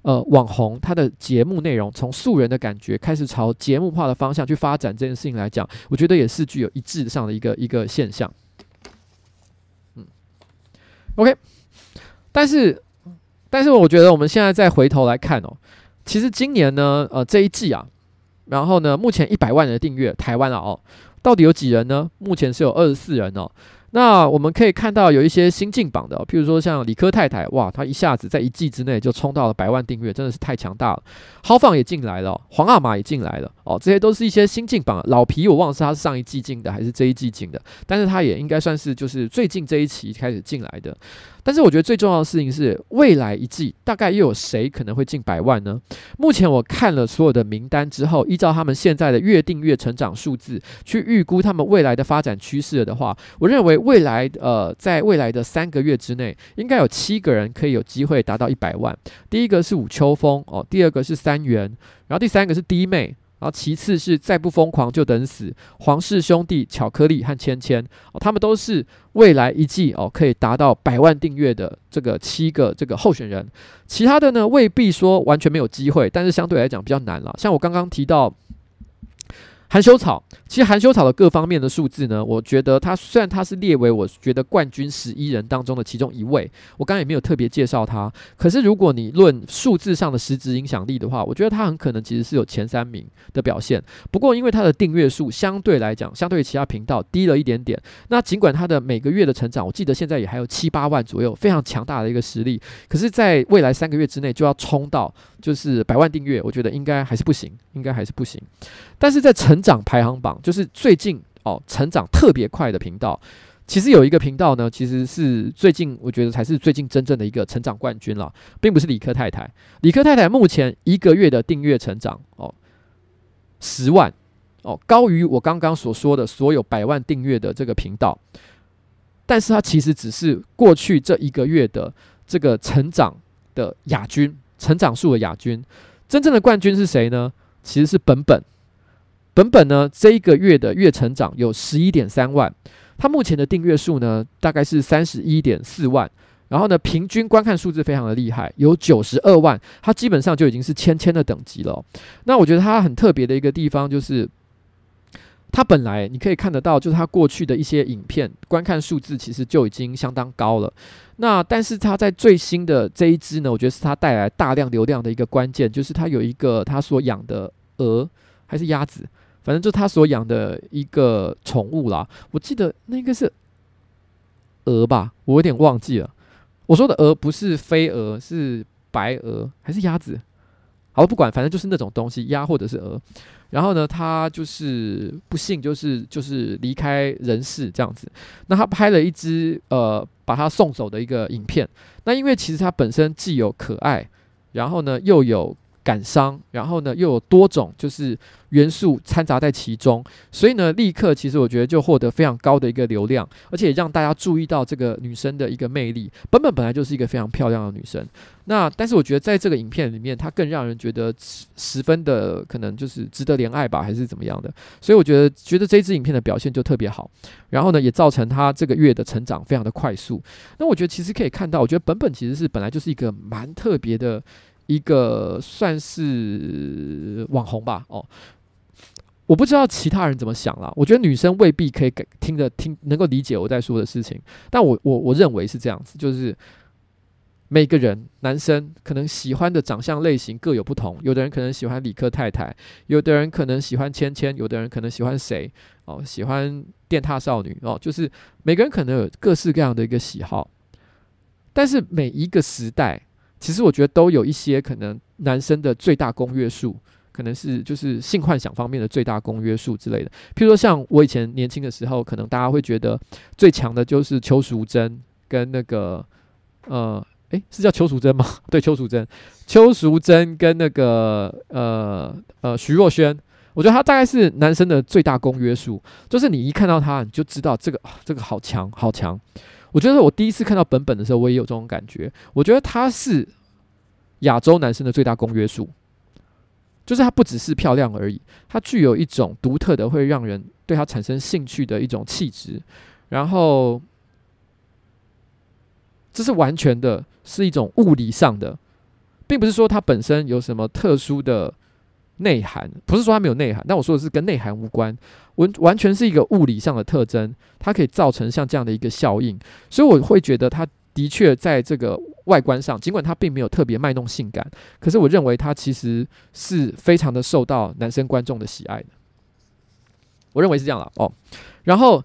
网红他的节目内容从素人的感觉开始朝节目化的方向去发展这件事情来讲，我觉得也是具有一致上的一个现象。OK， 但是我觉得我们现在再回头来看哦，其实今年呢，这一季啊，然后呢，目前100万人的订阅，台湾哦，到底有几人呢？目前是有24人哦。那我们可以看到有一些新进榜的，譬如说像理科太太，哇，她一下子在1季之内就冲到了100万订阅，真的是太强大了。豪放也进来了，黄阿玛也进来了，哦，这些都是一些新进榜。老皮我忘了是他是上一季进的还是这一季进的，但是他也应该算是就是最近这一期开始进来的。但是我觉得最重要的事情是，未来一季大概又有谁可能会进100万呢？目前我看了所有的名单之后，依照他们现在的月订阅成长数字去预估他们未来的发展趋势的话，我认为未来在未来的3个月之内，应该有7个人可以有机会达到100万。第一个是武秋风哦，第二个是三元，然后第三个是弟妹。然后其次是再不疯狂就等死，黄氏兄弟、巧克力和芊芊哦，他们都是未来一季哦可以达到100万订阅的这个7个这个候选人。其他的呢未必说完全没有机会，但是相对来讲比较难了。像我刚刚提到含羞草，其实含羞草的各方面的数字呢，我觉得它虽然它是列为我觉得冠军11人当中的其中一位，我刚刚也没有特别介绍它，可是如果你论数字上的实质影响力的话，我觉得它很可能其实是有前3名的表现。不过因为它的订阅数相对来讲，相对于其他频道低了一点点，那尽管它的每个月的成长，我记得现在也还有7、8万左右，非常强大的一个实力，可是在未来3个月之内就要冲到就是100万订阅，我觉得应该还是不行，但是在成长排行榜，就是最近成长特别快的频道，其实有一个频道呢，其实是最近我觉得才是最近真正的一个成长冠军了，并不是理科太太。理科太太目前1个月的订阅成长10万高于我刚刚所说的所有100万订阅的这个频道，但是它其实只是过去这1个月的这个成长的亚军，成长数的亚军。真正的冠军是谁呢？其实是本本呢，这一个月的月成长有 11.3 万，它目前的订阅数呢大概是 31.4 万，然后呢平均观看数字非常的厉害，有92万，它基本上就已经是芊芊的等级了。那我觉得它很特别的一个地方就是它本来你可以看得到，就是它过去的一些影片观看数字其实就已经相当高了。那但是它在最新的这一支呢，我觉得是它带来大量流量的一个关键，就是它有一个它所养的鹅还是鸭子，反正就是他所养的一个宠物啦。我记得那个是鹅吧，我有点忘记了。我说的鹅不是飞蛾，是白鹅还是鸭子？好，不管，反正就是那种东西，鸭或者是鹅。然后呢，他就是不幸就是离开人世这样子。那他拍了一支把他送走的一个影片。那因为其实他本身既有可爱，然后呢又有感伤，然后呢又有多种就是元素掺杂在其中，所以呢立刻其实我觉得就获得非常高的一个流量，而且也让大家注意到这个女生的一个魅力。本来就是一个非常漂亮的女生，那但是我觉得在这个影片里面，她更让人觉得十分的可能就是值得怜爱吧，还是怎么样的。所以我觉得这支影片的表现就特别好，然后呢也造成她这个月的成长非常的快速。那我觉得其实可以看到，我觉得本其实是本来就是一个蛮特别的一个算是网红吧，我不知道其他人怎么想啦。我觉得女生未必可以能够理解我在说的事情，但我认为是这样子，就是每个人男生可能喜欢的长相类型各有不同，有的人可能喜欢理科太太，有的人可能喜欢芊芊，有的人可能喜欢谁喜欢电踏少女就是每个人可能有各式各样的一个喜好，但是每一个时代其实我觉得都有一些可能男生的最大公约数，可能是就是性幻想方面的最大公约数之类的。譬如说像我以前年轻的时候，可能大家会觉得最强的就是邱淑贞跟那个是叫邱淑贞吗？对，邱淑贞跟那个徐若瑄，我觉得他大概是男生的最大公约数，就是你一看到他，你就知道这个好强好强。我觉得我第一次看到本的时候，我也有这种感觉。我觉得他是亚洲男生的最大公约数，就是他不只是漂亮而已，他具有一种独特的会让人对他产生兴趣的一种气质，然后这是完全的是一种物理上的， 并不是说它本身有什么特殊的内涵，不是说它没有内涵，但我说的是跟内涵无关，完全是一个物理上的特征，它可以造成像这样的一个效应，所以我会觉得它的确在这个外观上，尽管它并没有特别卖弄性感，可是我认为它其实是非常的受到男生观众的喜爱的，我认为是这样啦哦。然后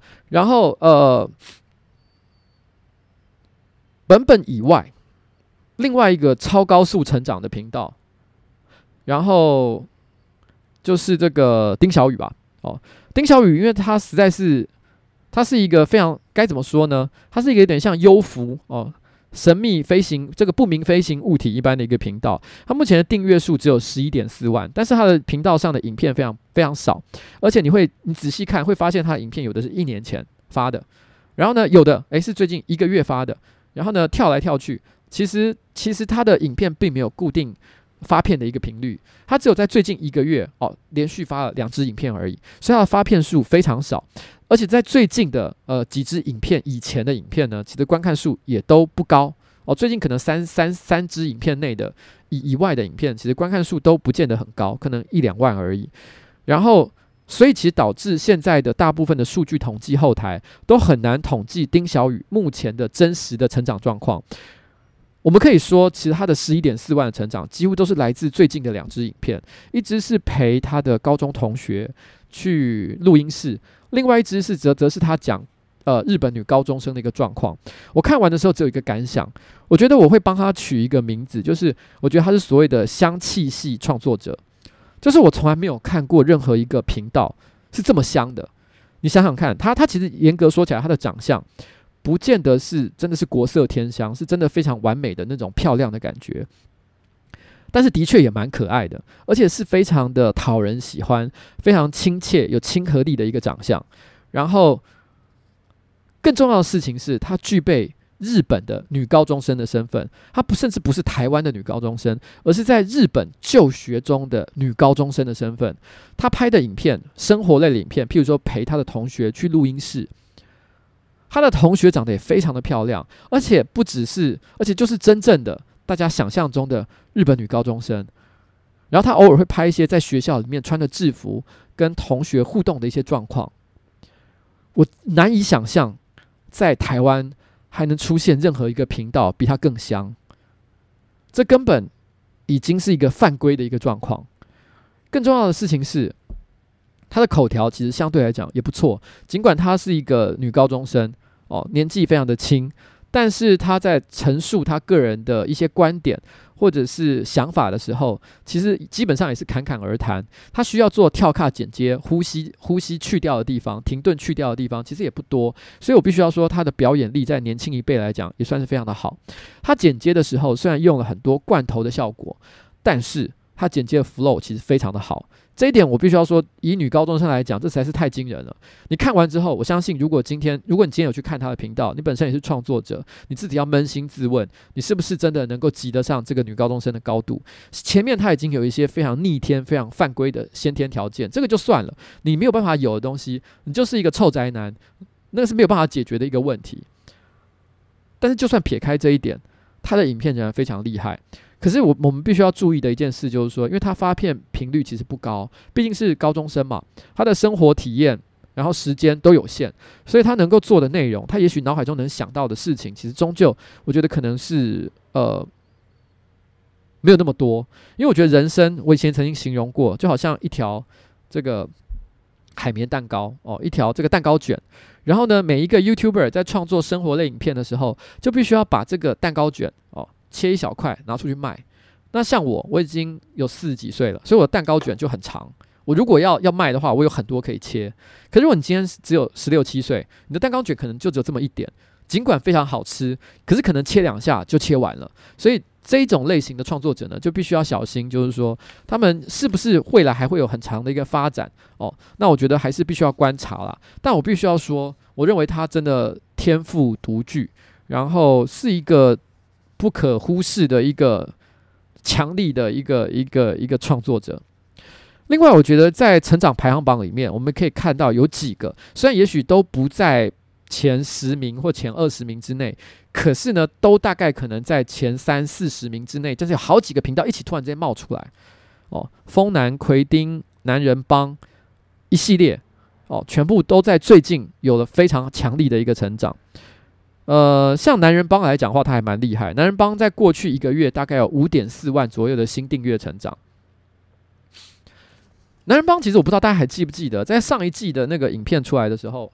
本以外，另外一个超高速成长的频道，然后就是这个丁小雨吧。哦，丁小雨，因为他实在是，他是一个非常该怎么说呢？他是一个有点像幽浮哦，神秘飞行这个不明飞行物体一般的一个频道。他目前的订阅数只有11.4万，但是他的频道上的影片非常非常少，而且你仔细看会发现他的影片有的是1年前发的，然后呢有的是最近1个月发的，然后呢跳来跳去，其实他的影片并没有固定发片的一个频率，他只有在最近1个月连续发了2支影片而已，所以他的发片数非常少，而且在最近的几支影片以前的影片呢，其实观看数也都不高最近可能三支影片内的以外的影片，其实观看数都不见得很高，可能1-2万而已。然后所以其实导致现在的大部分的数据统计后台都很难统计丁小雨目前的真实的成长状况。我们可以说，其实他的11.4万的成长几乎都是来自最近的2支影片，一支是陪他的高中同学去录音室，另外一支是则是他讲日本女高中生的一个状况。我看完的时候只有一个感想，我觉得我会帮他取一个名字，就是我觉得他是所谓的香气系创作者，就是我从来没有看过任何一个频道是这么香的。你想想看，他其实严格说起来，他的长相不见得是真的是国色天香，是真的非常完美的那种漂亮的感觉，但是的确也蛮可爱的，而且是非常的讨人喜欢，非常亲切有亲和力的一个长相。然后更重要的事情是，她具备日本的女高中生的身份，她甚至不是台湾的女高中生，而是在日本就学中的女高中生的身份。她拍的影片，生活类的影片，譬如说陪她的同学去录音室，她的同学长得也非常的漂亮，而且就是真正的大家想象中的日本女高中生。然后她偶尔会拍一些在学校里面穿的制服跟同学互动的一些状况。我难以想象在台湾还能出现任何一个频道比她更香，这根本已经是一个犯规的一个状况。更重要的事情是，她的口条其实相对来讲也不错，尽管她是一个女高中生年纪非常的轻，但是她在陈述她个人的一些观点或者是想法的时候，其实基本上也是侃侃而谈。她需要做跳卡剪接，呼吸去掉的地方，停顿去掉的地方，其实也不多。所以我必须要说，她的表演力在年轻一辈来讲也算是非常的好。她剪接的时候虽然用了很多罐头的效果，但是她剪接的 flow 其实非常的好。这一点我必须要说，以女高中生来讲，这实在是太惊人了。你看完之后，我相信如果你今天有去看她的频道，你本身也是创作者，你自己要扪心自问，你是不是真的能够及得上这个女高中生的高度？前面她已经有一些非常逆天、非常犯规的先天条件，这个就算了，你没有办法有的东西，你就是一个臭宅男，那个是没有办法解决的一个问题。但是就算撇开这一点，她的影片仍然非常厉害。可是我们必须要注意的一件事就是说，因为他发片频率其实不高，毕竟是高中生嘛，他的生活体验然后时间都有限，所以他能够做的内容，他也许脑海中能想到的事情，其实终究我觉得可能是没有那么多。因为我觉得人生，我以前曾经形容过，就好像一条这个海绵蛋糕一条这个蛋糕卷，然后呢，每一个 YouTuber 在创作生活类影片的时候，就必须要把这个蛋糕卷切一小块拿出去卖。那像我已经有40几岁了，所以我的蛋糕卷就很长。我如果要卖的话，我有很多可以切。可是如果你今天只有16、17岁，你的蛋糕卷可能就只有这么一点，尽管非常好吃，可是可能切2下就切完了。所以这一种类型的创作者呢，就必须要小心，就是说他们是不是未来还会有很长的一个发展那我觉得还是必须要观察啦。但我必须要说，我认为他真的天赋独具，然后是一个不可忽视的一个强力的一个创作者。另外，我觉得在成长排行榜里面，我们可以看到有几个，虽然也许都不在前10名或前20名之内，可是呢，都大概可能在前30-40名之内，就是有好几个频道一起突然之间冒出来，哦，风男、奎丁、男人帮一系列，哦，全部都在最近有了非常强力的一个成长。像男人帮来讲的话，他还蛮厉害。男人帮在过去1个月大概有5.4万左右的新订阅成长。男人帮其实我不知道大家还记不记得，在上一季的那个影片出来的时候，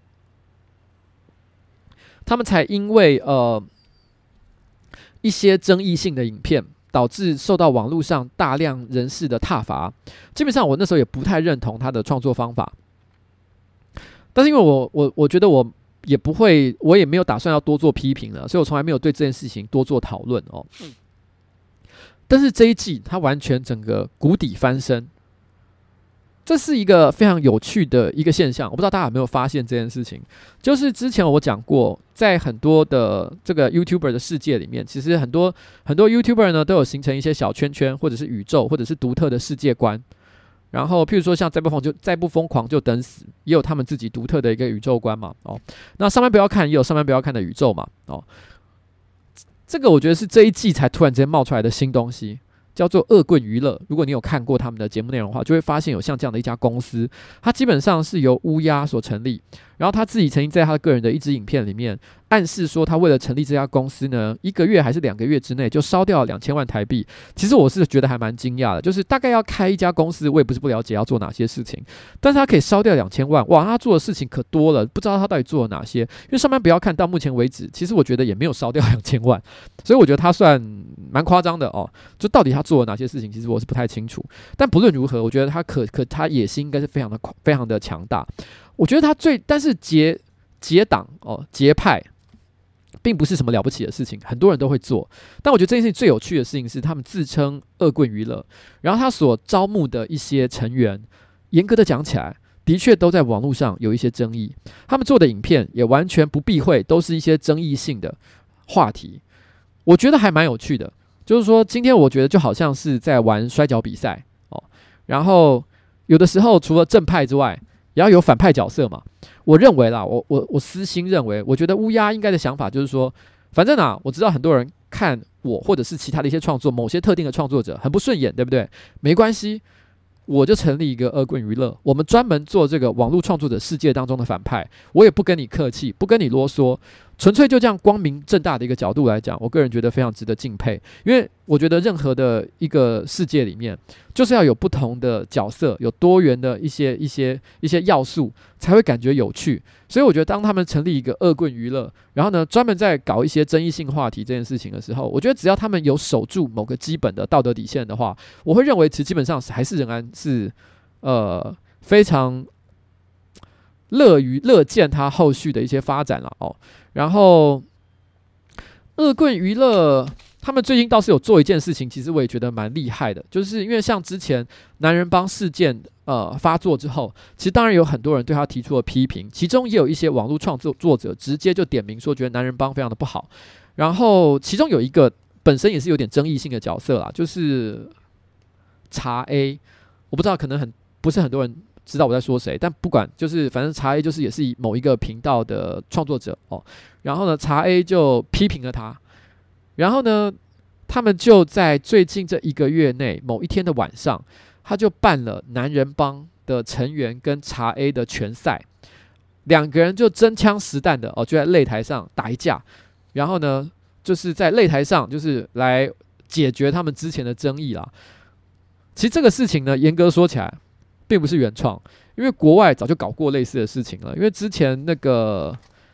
他们才因为一些争议性的影片，导致受到网络上大量人士的挞伐。基本上我那时候也不太认同他的创作方法，但是因为我觉得我也不会，我也没有打算要多做批评了，所以我从来没有对这件事情多做讨论哦。但是这一季他完全整个谷底翻身，这是一个非常有趣的一个现象。我不知道大家有没有发现这件事情，就是之前我讲过，在很多的这个 YouTuber 的世界里面，其实很多 YouTuber 呢都有形成一些小圈圈，或者是宇宙，或者是独特的世界观。然后，譬如说像再不疯狂就等死，也有他们自己独特的一个宇宙观嘛。哦，那上班不要看也有上班不要看的宇宙嘛。哦，这个我觉得是这一季才突然之间冒出来的新东西，叫做恶棍娱乐。如果你有看过他们的节目内容的话，就会发现有像这样的一家公司，它基本上是由乌鸦所成立。然后他自己曾经在他个人的一支影片里面暗示说，他为了成立这家公司呢，1个月还是2个月之内就烧掉了2000万台币。其实我是觉得还蛮惊讶的，就是大概要开一家公司，我也不是不了解要做哪些事情，但是他可以烧掉2000万，哇，他做的事情可多了，不知道他到底做了哪些。因为上班不要看到目前为止，其实我觉得也没有烧掉2000万，所以我觉得他算蛮夸张的哦。就到底他做了哪些事情，其实我是不太清楚。但不论如何，我觉得他野心应该是非常的强大。我觉得但是结党哦，结派，并不是什么了不起的事情，很多人都会做。但我觉得这件事情最有趣的事情是，他们自称恶棍娱乐，然后他所招募的一些成员，严格的讲起来，的确都在网络上有一些争议。他们做的影片也完全不避讳，都是一些争议性的话题。我觉得还蛮有趣的，就是说，今天我觉得就好像是在玩摔跤比赛哦，然后有的时候除了正派之外，也要有反派角色嘛。我认为啦，我私心认为，我觉得乌鸦应该的想法就是说，反正啊，我知道很多人看我或者是其他的一些创作，某些特定的创作者很不顺眼，对不对？没关系，我就成立一个恶棍娱乐，我们专门做这个网络创作者世界当中的反派，我也不跟你客气，不跟你啰嗦，纯粹就这样光明正大的一个角度来讲，我个人觉得非常值得敬佩。因为我觉得任何的一个世界里面，就是要有不同的角色，有多元的一些要素，才会感觉有趣。所以我觉得当他们成立一个恶棍娱乐，然后呢专门在搞一些争议性话题这件事情的时候，我觉得只要他们有守住某个基本的道德底线的话，我会认为其实基本上还是仍然是非常乐见他后续的一些发展了哦。然后恶棍娱乐他们最近倒是有做一件事情，其实我也觉得蛮厉害的，就是因为像之前男人帮事件发作之后，其实当然有很多人对他提出了批评，其中也有一些网络创作者直接就点名说觉得男人帮非常的不好。然后其中有一个本身也是有点争议性的角色啦，就是茶 A， 我不知道可能不是很多人知道我在说谁，但不管，就是反正茶 A 就是也是某一个频道的创作者哦。然后呢，茶 A 就批评了他，然后呢，他们就在最近这1个月内某一天的晚上，他就办了男人帮的成员跟茶 A 的拳赛，2个人就真枪实弹的哦，就在擂台上打一架，然后呢，就是在擂台上就是来解决他们之前的争议啦。其实这个事情呢，严格说起来，并不是原创，因为国外早就搞过类似的事情了。因为之前那个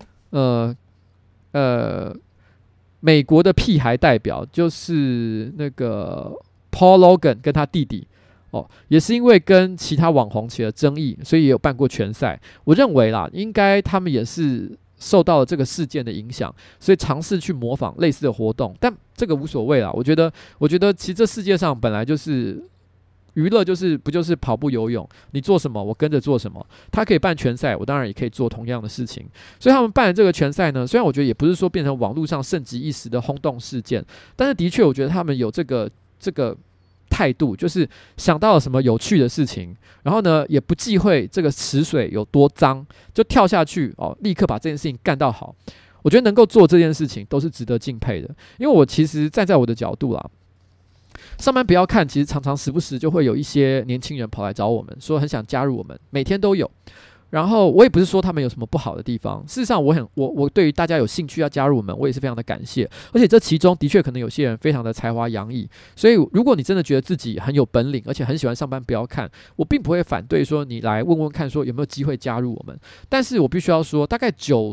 美国的屁孩代表就是那个 Paul Logan 跟他弟弟哦，也是因为跟其他网红起了争议，所以也有办过拳赛。我认为啦，应该他们也是受到了这个事件的影响，所以尝试去模仿类似的活动，但这个无所谓啦。我觉得其实这世界上本来就是娱乐，不就是跑步游泳，你做什么我跟着做什么。他可以办拳赛，我当然也可以做同样的事情。所以他们办的这个拳赛呢，虽然我觉得也不是说变成网络上盛极一时的轰动事件，但是的确我觉得他们有这个态度，就是想到了什么有趣的事情，然后呢也不忌讳这个池水有多脏，就跳下去哦，立刻把这件事情干到好。我觉得能够做这件事情都是值得敬佩的，因为我其实站在我的角度啦，上班不要看，其实常常时不时就会有一些年轻人跑来找我们，说很想加入我们，每天都有。然后我也不是说他们有什么不好的地方，事实上我对于大家有兴趣要加入我们，我也是非常的感谢。而且这其中的确可能有些人非常的才华洋溢，所以如果你真的觉得自己很有本领，而且很喜欢上班不要看，我并不会反对说你来问问看说有没有机会加入我们。但是我必须要说，大概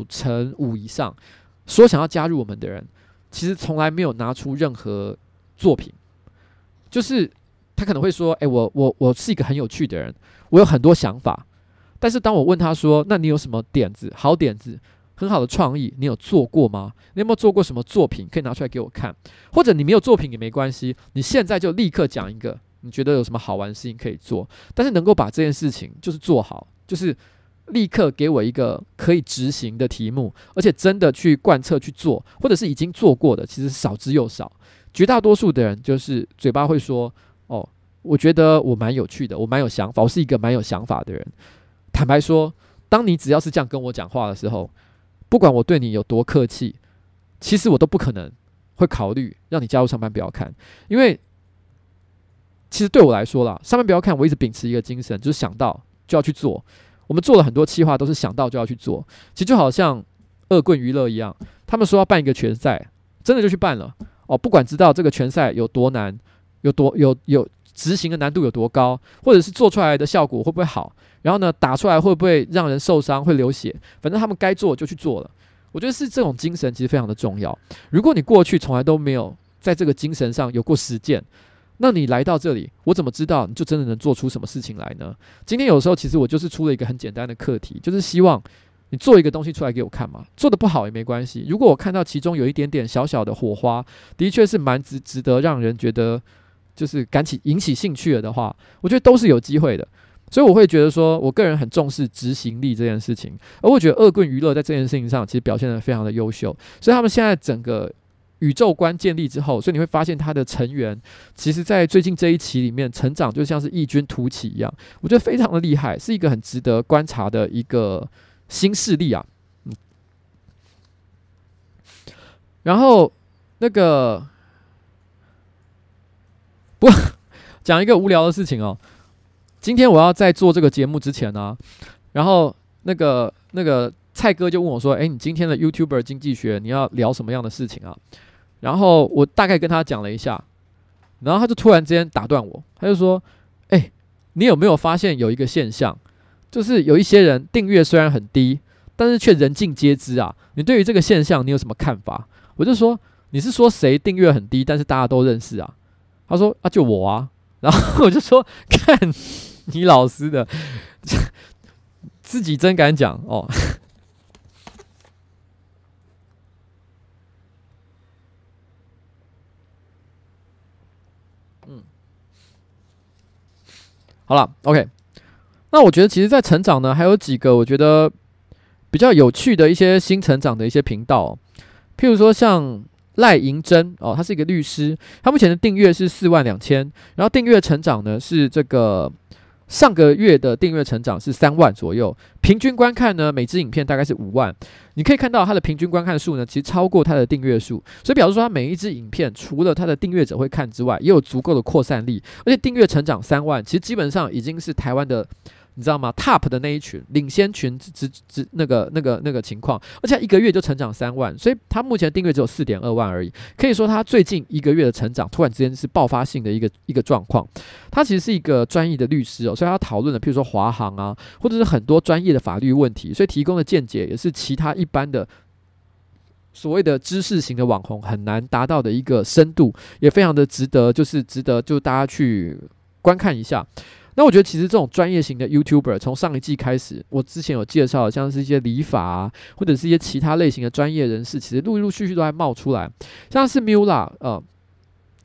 95%以上说想要加入我们的人，其实从来没有拿出任何作品，就是他可能会说，我是一个很有趣的人，我有很多想法。但是当我问他说，那你有什么点子、好点子、很好的创意，你有做过吗？你有没有做过什么作品可以拿出来给我看？或者你没有作品也没关系，你现在就立刻讲一个你觉得有什么好玩的事情可以做，但是能够把这件事情就是做好，就是立刻给我一个可以执行的题目，而且真的去贯彻去做，或者是已经做过的，其实少之又少。绝大多数的人就是嘴巴会说，哦，我觉得我蛮有趣的，我蛮有想法，我是一个蛮有想法的人。坦白说，当你只要是这样跟我讲话的时候，不管我对你有多客气，其实我都不可能会考虑让你加入上班不要看。因为其实对我来说啦，上班不要看，我一直秉持一个精神，就是想到就要去做。我们做了很多企划都是想到就要去做，其实就好像恶棍娱乐一样，他们说要办一个拳赛，真的就去办了哦，不管知道这个拳赛有多难，有执行的难度有多高，或者是做出来的效果会不会好，然后呢打出来会不会让人受伤会流血，反正他们该做就去做了。我觉得是这种精神其实非常的重要。如果你过去从来都没有在这个精神上有过实践，那你来到这里，我怎么知道你就真的能做出什么事情来呢？今天有时候其实我就是出了一个很简单的课题，就是希望你做一个东西出来给我看嘛，做得不好也没关系。如果我看到其中有一点点小小的火花，的确是蛮值得让人觉得就是引起兴趣了的话，我觉得都是有机会的。所以我会觉得说，我个人很重视执行力这件事情，而我觉得恶棍娱乐在这件事情上其实表现得非常的优秀。所以他们现在整个宇宙观建立之后，所以你会发现他的成员其实在最近这一期里面成长就像是异军突起一样，我觉得非常的厉害，是一个很值得观察的一个新势力啊。然后那个不讲一个无聊的事情哦。今天我要在做这个节目之前啊，然后那个蔡哥就问我说：“你今天的 YouTuber 经济学你要聊什么样的事情啊？”然后我大概跟他讲了一下，然后他就突然之间打断我，他就说：“你有没有发现有一个现象，就是有一些人订阅虽然很低，但是却人尽皆知啊？你对于这个现象你有什么看法？”我就说：“你是说谁订阅很低，但是大家都认识啊？”他说：“啊，就我啊。”然后我就说：“看你老师的，自己真敢讲哦。”好了 ，OK。那我觉得其实，在成长呢，还有几个我觉得比较有趣的一些新成长的一些频道哦，譬如说像赖银珍哦，他是一个律师，他目前的订阅是42000，然后订阅成长呢是这个上个月的订阅成长是3万左右，平均观看呢每支影片大概是5万，你可以看到它的平均观看数呢其实超过它的订阅数，所以表示说它每一支影片除了它的订阅者会看之外，也有足够的扩散力，而且订阅成长3万，其实基本上已经是台湾的。你知道吗 ？Top 的那一群领先群那个情况，而且一个月就成长3万，所以他目前订阅只有4.2万而已。可以说他最近一个月的成长，突然之间是爆发性的一个状况。他其实是一个专业的律师哦，所以他讨论的，譬如说华航啊，或者是很多专业的法律问题，所以提供的见解也是其他一般的所谓的知识型的网红很难达到的一个深度，也非常的值得就大家去观看一下。那我觉得其实这种专业型的 YouTuber 从上一季开始，我之前有介绍的，像是一些理发啊，或者是一些其他类型的专业人士，其实陆续都还冒出来，像是 Mula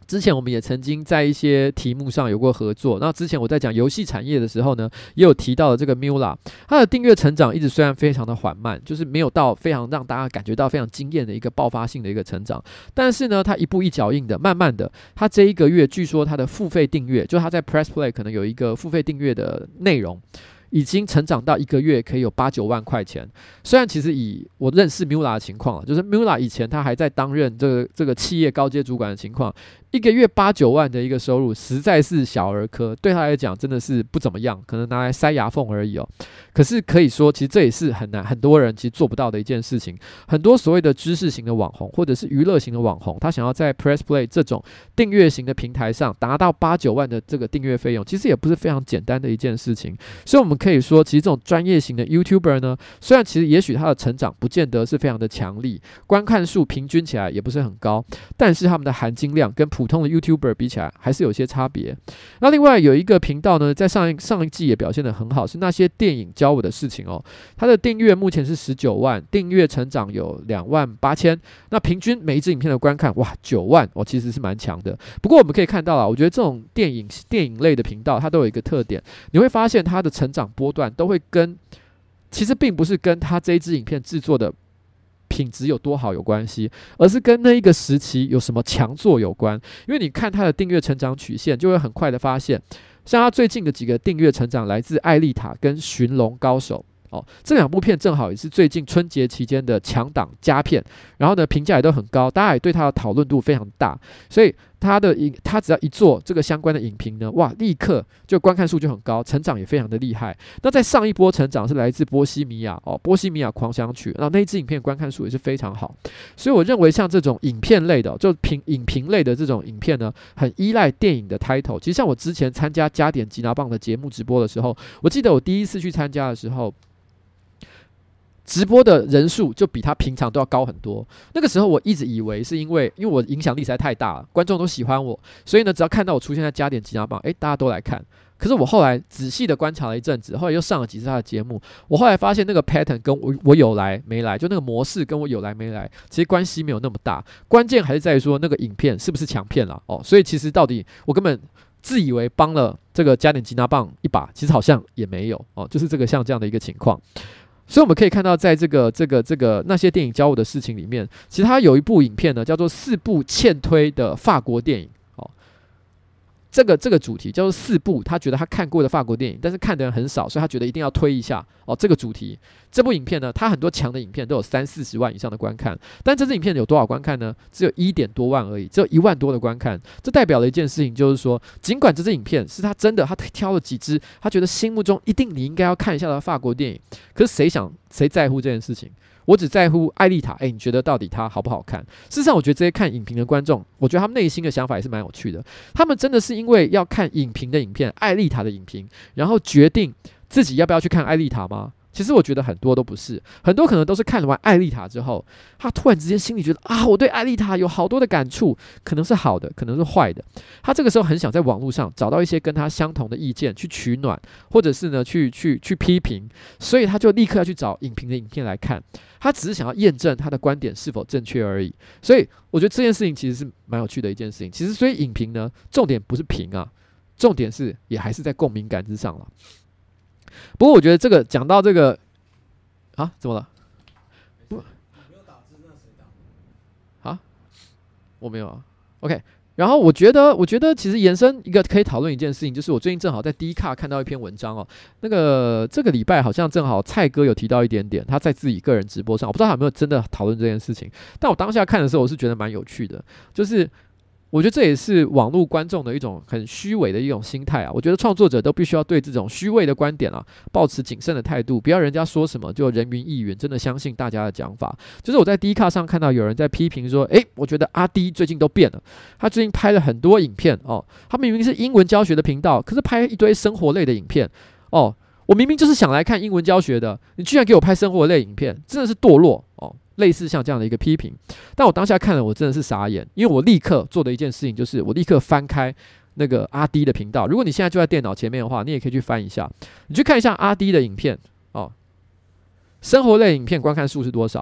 之前我们也曾经在一些题目上有过合作。那之前我在讲游戏产业的时候呢，也有提到了这个 Mula， 它的订阅成长一直虽然非常的缓慢，就是没有到非常让大家感觉到非常惊艳的一个爆发性的一个成长，但是呢，它一步一脚印的，慢慢的，它这一个月据说它的付费订阅，就它在 Press Play 可能有一个付费订阅的内容，已经成长到一个月可以有8-9万块钱。虽然其实以我认识 Mula 的情况，就是 Mula 以前他还在担任这个企业高阶主管的情况，一个月8-9万的一个收入实在是小儿科，对他来讲真的是不怎么样，可能拿来塞牙缝而已哦。可是可以说，其实这也是很难，很多人其实做不到的一件事情。很多所谓的知识型的网红或者是娱乐型的网红，他想要在 Press Play 这种订阅型的平台上达到8-9万的这个订阅费用，其实也不是非常简单的一件事情。所以我们可以说，其实这种专业型的 YouTuber 呢，虽然其实也许他的成长不见得是非常的强力，观看数平均起来也不是很高，但是他们的含金量跟普通的 YouTuber 比起来还是有些差别。那另外有一个频道呢，在上一季也表现得很好，是那些电影教我的事情哦。它的订阅目前是19万，订阅成长有28000，那平均每一支影片的观看哇9万哦，其实是蛮强的。不过我们可以看到啦，我觉得这种电影类的频道，它都有一个特点，你会发现它的成长波段都会其实并不是跟它这一支影片制作的品质有多好有关系，而是跟那一个时期有什么强作有关。因为你看它的订阅成长曲线，就会很快的发现，像它最近的几个订阅成长来自《艾丽塔》跟《寻龙高手》哦，这两部片正好也是最近春节期间的强档佳片，然后呢评价也都很高，大家也对它的讨论度非常大，所以他只要一做这个相关的影评呢，哇，立刻就观看数就很高，成长也非常的厉害。那在上一波成长是来自波西米亚哦，波西米亚狂想曲，那一支影片观看数也是非常好。所以我认为像这种影片类的，就影评类的这种影片呢，很依赖电影的 title。其实像我之前参加加点吉拿棒的节目直播的时候，我记得我第一次去参加的时候，直播的人数就比他平常都要高很多。那个时候我一直以为是因为我影响力实在太大了，观众都喜欢我，所以呢，只要看到我出现在加点吉拿棒，大家都来看。可是我后来仔细的观察了一阵子，后来又上了几次他的节目，我后来发现那个 pattern 跟我有来没来，就那个模式跟我有来没来，其实关系没有那么大。关键还是在于说那个影片是不是强片啦哦。所以其实到底我根本自以为帮了这个加点吉拿棒一把，其实好像也没有哦，就是像这样的一个情况。所以我们可以看到，在这个那些电影教我的事情里面，其实它有一部影片呢，叫做4部欠推的法国电影。哦，这个主题叫做4部他觉得他看过的法国电影，但是看的人很少，所以他觉得一定要推一下哦。这个主题，这部影片呢，它很多强的影片都有30-40万以上的观看，但这支影片有多少观看呢？只有1点多万而已，只有1万多的观看。这代表了一件事情，就是说，尽管这支影片是他挑了几支他觉得心目中一定你应该要看一下的法国电影，可是谁在乎这件事情？我只在乎艾丽塔，你觉得到底它好不好看？事实上，我觉得这些看影评的观众，我觉得他们内心的想法也是蛮有趣的。他们真的是因为要看影评的影片，艾丽塔的影评，然后决定自己要不要去看艾丽塔吗？其实我觉得很多都不是，很多可能都是看完艾丽塔之后，他突然之间心里觉得我对艾丽塔有好多的感触，可能是好的，可能是坏的。他这个时候很想在网络上找到一些跟他相同的意见去取暖，或者是呢去批评，所以他就立刻要去找影评的影片来看。他只是想要验证他的观点是否正确而已。所以我觉得这件事情其实是蛮有趣的一件事情。其实所以影评呢，重点不是评啊，重点是也还是在共鸣感之上了。不过我觉得讲到这个怎么了？ 没有打字，那谁打？ 我没有啊。OK， 然后我觉得其实延伸一个可以讨论一件事情，就是我最近正好在 Dcard 看到一篇文章哦，这个礼拜好像正好蔡哥有提到一点点，他在自己个人直播上，我不知道他有没有真的讨论这件事情，但我当下看的时候，我是觉得蛮有趣的，就是我觉得这也是网络观众的一种很虚伪的一种心态啊！我觉得创作者都必须要对这种虚伪的观点抱持谨慎的态度，不要人家说什么就人云亦云，真的相信大家的讲法。就是我在 Dcard 上看到有人在批评说，我觉得阿滴最近都变了，他最近拍了很多影片哦，他明明是英文教学的频道，可是拍一堆生活类的影片哦，我明明就是想来看英文教学的，你居然给我拍生活类影片，真的是堕落哦！类似像这样的一个批评，但我当下看了，我真的是傻眼，因为我立刻做的一件事情就是，我立刻翻开那个阿滴的频道。如果你现在就在电脑前面的话，你也可以去翻一下，你去看一下阿滴的影片哦。生活类影片观看数是多少？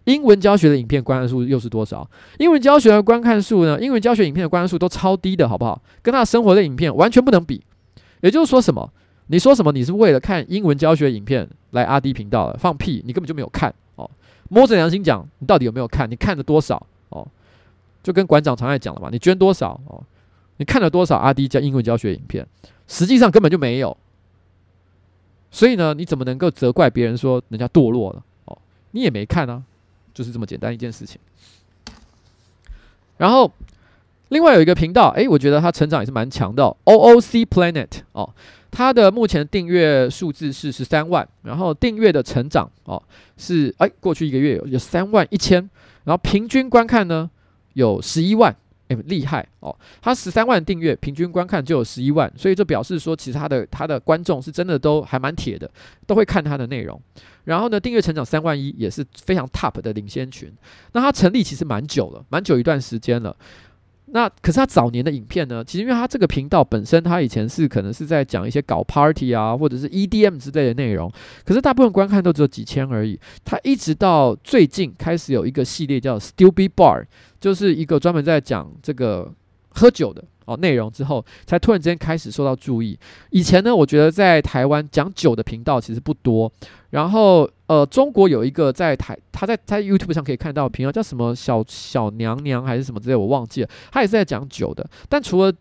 英文教学的影片观看数又是多少？英文教学的观看数呢？英文教学影片的观看数都超低的，好不好？跟他的生活的影片完全不能比。也就是说什么？你说什么？你是为了看英文教学影片来阿迪频道的？放屁！你根本就没有看哦。摸着良心讲，你到底有没有看？你看了多少哦？就跟馆长常爱讲的嘛，你捐多少哦？你看了多少阿迪教英文教学影片？实际上根本就没有。所以呢，你怎么能够责怪别人说人家堕落了？哦，你也没看啊，就是这么简单一件事情。然后另外有一个频道，我觉得它成长也是蛮强的，OOC Planet 哦，它的目前订阅数字是13万，然后订阅的成长是过去1个月有31000，然后平均观看呢有11万。厉害哦！他13万订阅，平均观看就有11万，所以这表示说，其实他的观众是真的都还蛮铁的，都会看他的内容。然后呢，订阅成长31000也是非常 top 的领先群。那他成立其实蛮久了，蛮久一段时间了。那可是他早年的影片呢，其实因为他这个频道本身，他以前是可能是在讲一些搞 party 啊，或者是 EDM 之类的内容，可是大部分观看都只有几千而已。他一直到最近开始有一个系列叫 Stupid Bar， 就是一个专门在讲这个喝酒的内容之后，才突然之间开始受到注意。以前呢，我觉得在台湾讲酒的频道其实不多。然后中国有一个在他在 YouTube 上可以看到频道叫什么小娘娘还是什么之类，我忘记了。他也是在讲酒的，但除了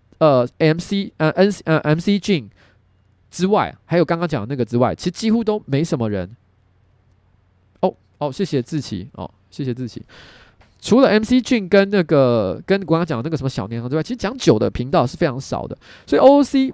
MC Jin 之外，还有刚刚讲的那个之外，其实几乎都没什么人。谢谢志奇谢谢志奇。除了 MC Jin 跟我刚刚讲的那个什么小娘娘之外，其实讲酒的频道是非常少的，所以 OOC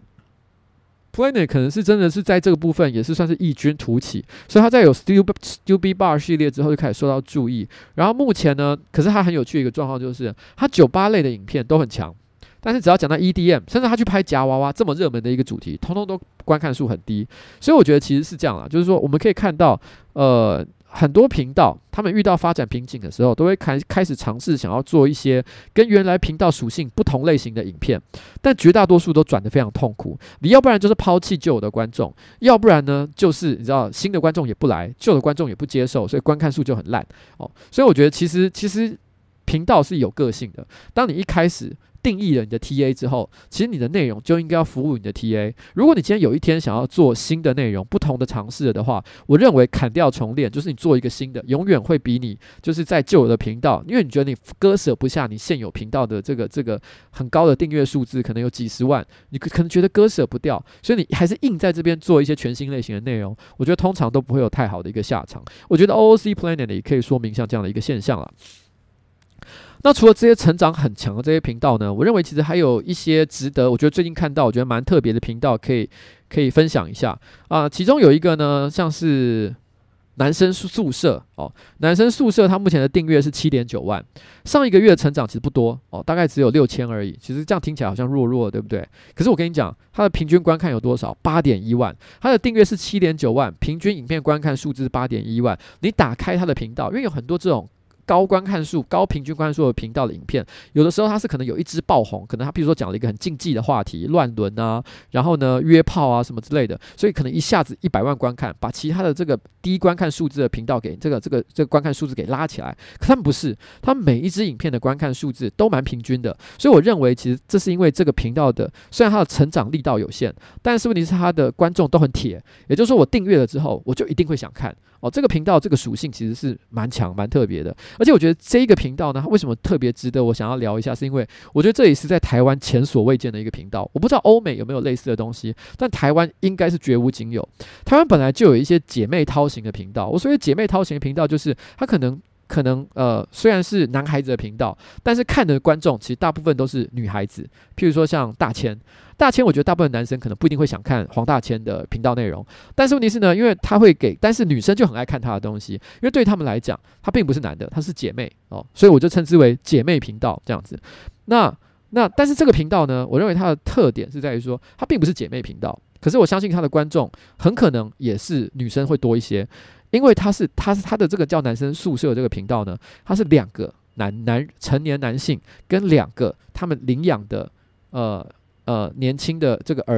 Planet 可能是真的是在这个部分也是算是异军突起，所以他在有 Stupid Bar 系列之后就开始受到注意。然后目前呢，可是他很有趣的一个状况就是，他酒吧类的影片都很强，但是只要讲到 EDM， 甚至他去拍夹娃娃这么热门的一个主题，通通都观看数很低。所以我觉得其实是这样啦，就是说我们可以看到很多频道他们遇到发展瓶颈的时候，都会开始尝试想要做一些跟原来频道属性不同类型的影片，但绝大多数都转得非常痛苦。你要不然就是抛弃旧有的观众，要不然呢就是你知道新的观众也不来，旧的观众也不接受，所以观看数就很烂所以我觉得其实频道是有个性的。当你一开始定义了你的 TA 之后，其实你的内容就应该要服务你的 TA。如果你今天有一天想要做新的内容，不同的尝试的话，我认为砍掉重练，就是你做一个新的，永远会比你就是在旧有的频道，因为你觉得你割舍不下你现有频道的这个很高的订阅数字，可能有几十万，你可能觉得割舍不掉，所以你还是硬在这边做一些全新类型的内容，我觉得通常都不会有太好的一个下场。我觉得 OOC Planet 也可以说明像这样的一个现象啦。那除了这些成长很强的这些频道呢，我认为其实还有一些值得，我觉得最近看到我觉得蛮特别的频道可以分享一下其中有一个呢，像是男生宿舍男生宿舍它目前的订阅是7.9万，上一个月的成长其实不多大概只有6000而已。其实这样听起来好像弱对不对？可是我跟你讲，它的平均观看有多少？8.1万。它的订阅是7.9万，平均影片观看数字是8.1万。你打开它的频道，因为有很多这种高观看数、高平均观看数的频道的影片，有的时候它是可能有一支爆红，可能它比如说讲了一个很竞技的话题，乱伦啊，然后呢约炮啊什么之类的，所以可能一下子100万观看，把其他的这个低观看数字的频道给这个观看数字给拉起来。可他们不是，他们每一支影片的观看数字都蛮平均的，所以我认为其实这是因为这个频道的虽然它的成长力道有限，但是问题是它的观众都很铁，也就是说我订阅了之后，我就一定会想看这个频道这个属性其实是蛮强蛮特别的。而且我觉得这一个频道呢，它为什么特别值得我想要聊一下，是因为我觉得这也是在台湾前所未见的一个频道。我不知道欧美有没有类似的东西，但台湾应该是绝无仅有。台湾本来就有一些姐妹淘型的频道，我所谓姐妹淘型的频道，就是它可能虽然是男孩子的频道，但是看的观众其实大部分都是女孩子。譬如说像大千，我觉得大部分男生可能不一定会想看黄大千的频道内容，但是问题是呢，因为他会给，但是女生就很爱看他的东西，因为对他们来讲，他并不是男的，他是姐妹所以我就称之为姐妹频道这样子。但是这个频道呢，我认为它的特点是在于说，它并不是姐妹频道，可是我相信它的观众很可能也是女生会多一些。因为他的这个叫男生宿舍这个频道呢，他是2个成年男性跟2个他们领养的年轻的这个儿子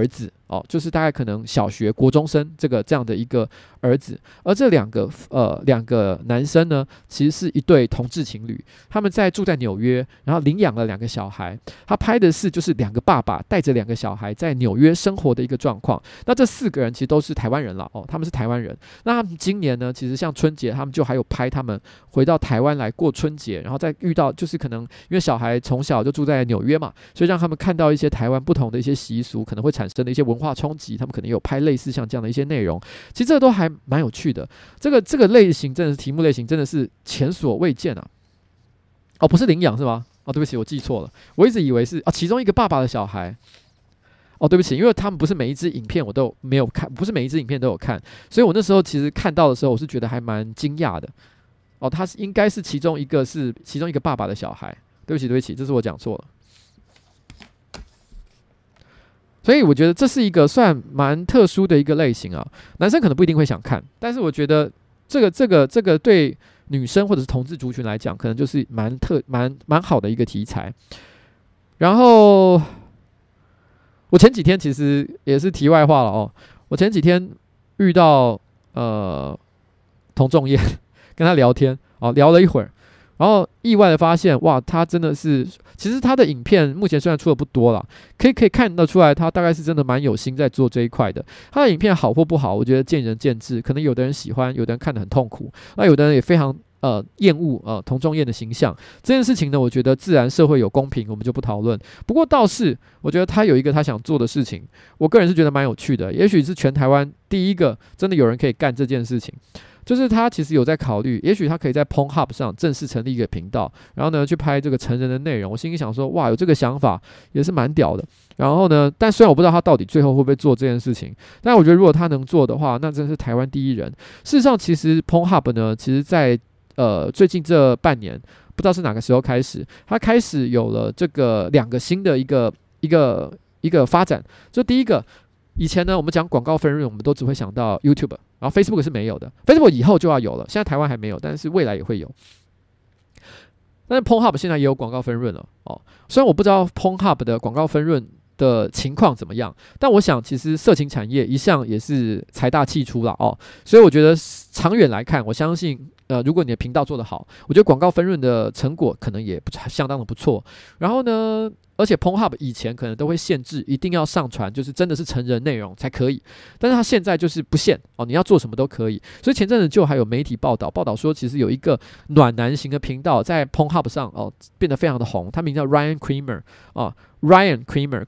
哦，就是大概可能小学、国中生这样的一个儿子，而这两个男生呢，其实是一对同志情侣，他们住在纽约，然后领养了2个小孩。他拍的是就是2个爸爸带着2个小孩在纽约生活的一个状况。那这4个人其实都是台湾人了哦，他们是台湾人。那他们今年呢，其实像春节，他们就还有拍他们回到台湾来过春节，然后再遇到就是可能因为小孩从小就住在纽约嘛，所以让他们看到一些台湾不同的一些习俗，可能会产生的一些文化冲击，他们可能有拍类似像这样的一些内容。其实这个都还蛮有趣的。这个类型真的是题目类型真的是前所未见啊！哦，不是领养是吗？哦，对不起，我记错了，我一直以为是其中一个爸爸的小孩。哦，对不起，因为他们不是每一支影片我都没有看，不是每一支影片都有看，所以我那时候其实看到的时候，我是觉得还蛮惊讶的。哦，他应该是其中一个爸爸的小孩。对不起，这是我讲错了。所以我觉得这是一个算蛮特殊的一个类型啊，男生可能不一定会想看，但是我觉得这个对女生或者是同志族群来讲，可能就是蛮好的一个题材。然后我前几天其实也是题外话了哦，我前几天遇到童仲彦，跟他聊天哦，聊了一会儿。然后意外的发现，哇，他真的是，其实他的影片目前虽然出的不多啦，可以看得出来，他大概是真的蛮有心在做这一块的。他的影片好或不好，我觉得见仁见智，可能有的人喜欢，有的人看得很痛苦，那有的人也非常厌恶童仲彦的形象。这件事情呢，我觉得自然社会有公平，我们就不讨论。不过倒是，我觉得他有一个他想做的事情，我个人是觉得蛮有趣的，也许是全台湾第一个真的有人可以干这件事情。就是他其实有在考虑，也许他可以在 Pornhub 上正式成立一个频道，然后呢去拍这个成人的内容。我心里想说，哇，有这个想法也是蛮屌的。然后呢，但虽然我不知道他到底最后会不会做这件事情，但我觉得如果他能做的话，那真是台湾第一人。事实上，其实 Pornhub 呢，其实在最近这半年，不知道是哪个时候开始，他开始有了这个2个新的一个发展。就第一个，以前呢我们讲广告分润，我们都只会想到 YouTube。然后 Facebook 是没有的 ，Facebook 以后就要有了，现在台湾还没有，但是未来也会有。但是 Pornhub 现在也有广告分润了哦。虽然我不知道 Pornhub 的广告分润的情况怎么样，但我想其实色情产业一向也是财大气粗啦哦，所以我觉得长远来看，我相信如果你的频道做得好，我觉得广告分润的成果可能也相当的不错。然后呢，而且 Pornhub 以前可能都会限制一定要上传就是真的是成人内容才可以，但是他现在就是不限哦，你要做什么都可以。所以前阵子就还有媒体报道说，其实有一个暖男型的频道在 Pornhub 上哦变得非常的红，他名叫 Ryan Creamer 啊。Ryan Creamer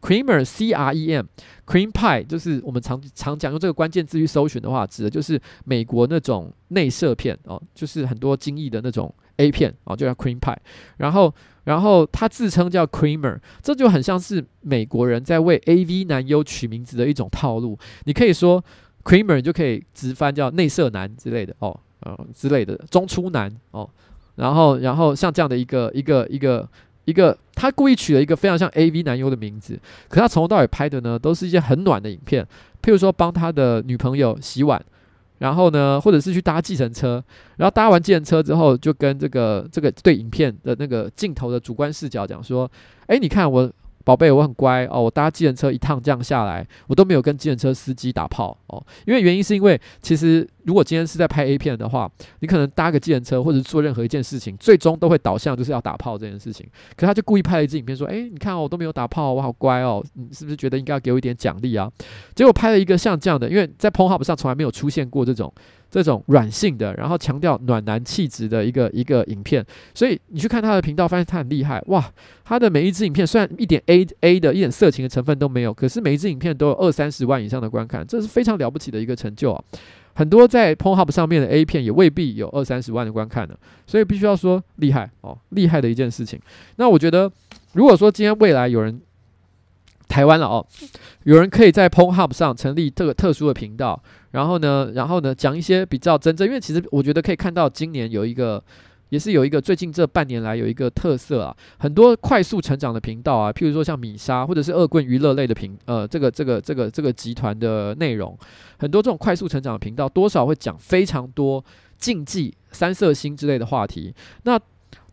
Cream Pie 就是我们常讲用这个关键字去搜寻的话，指的就是美国那种内射片哦，就是很多精益的那种 A 片哦，就叫 Cream Pie。然后他自称叫 Creamer， 这就很像是美国人在为 AV 男优取名字的一种套路。你可以说 Creamer， 你就可以直翻叫内射男之类的哦，之类的中出男哦。然后像这样的一个，他故意取了一个非常像 AV 男优的名字，可他从头到尾拍的呢，都是一些很暖的影片，譬如说帮他的女朋友洗碗，然后呢，或者是去搭计程车，然后搭完计程车之后，就跟这个对影片的那个镜头的主观视角讲说，你看我宝贝，我很乖哦，我搭计程车一趟这样下来，我都没有跟计程车司机打炮哦，原因是因为其实如果今天是在拍 A 片的话，你可能搭个计程车或者做任何一件事情，最终都会导向就是要打炮这件事情。可是他就故意拍了一支影片说，你看我都没有打炮，我好乖哦，你是不是觉得应该要给我一点奖励啊？结果拍了一个像这样的，因为在 Pornhub 上从来没有出现过这种软性的，然后强调暖男气质的一个影片，所以你去看他的频道，发现他很厉害哇！他的每一支影片虽然一点 A 的一点色情的成分都没有，可是每一支影片都有20-30万以上的观看，这是非常了不起的一个成就啊！很多在 Pornhub 上面的 A 片也未必有20-30万的观看呢，所以必须要说厉害哦，厉害的一件事情。那我觉得，如果说今天未来有人台湾了哦，有人可以在 Pornhub 上成立这个特殊的频道，然后呢讲一些比较真正，因为其实我觉得可以看到今年也是有一个最近这半年来有一个特色啊，很多快速成长的频道啊，譬如说像米莎或者是恶棍娱乐类的这个集团的内容，很多这种快速成长的频道多少会讲非常多禁忌、三色星之类的话题。那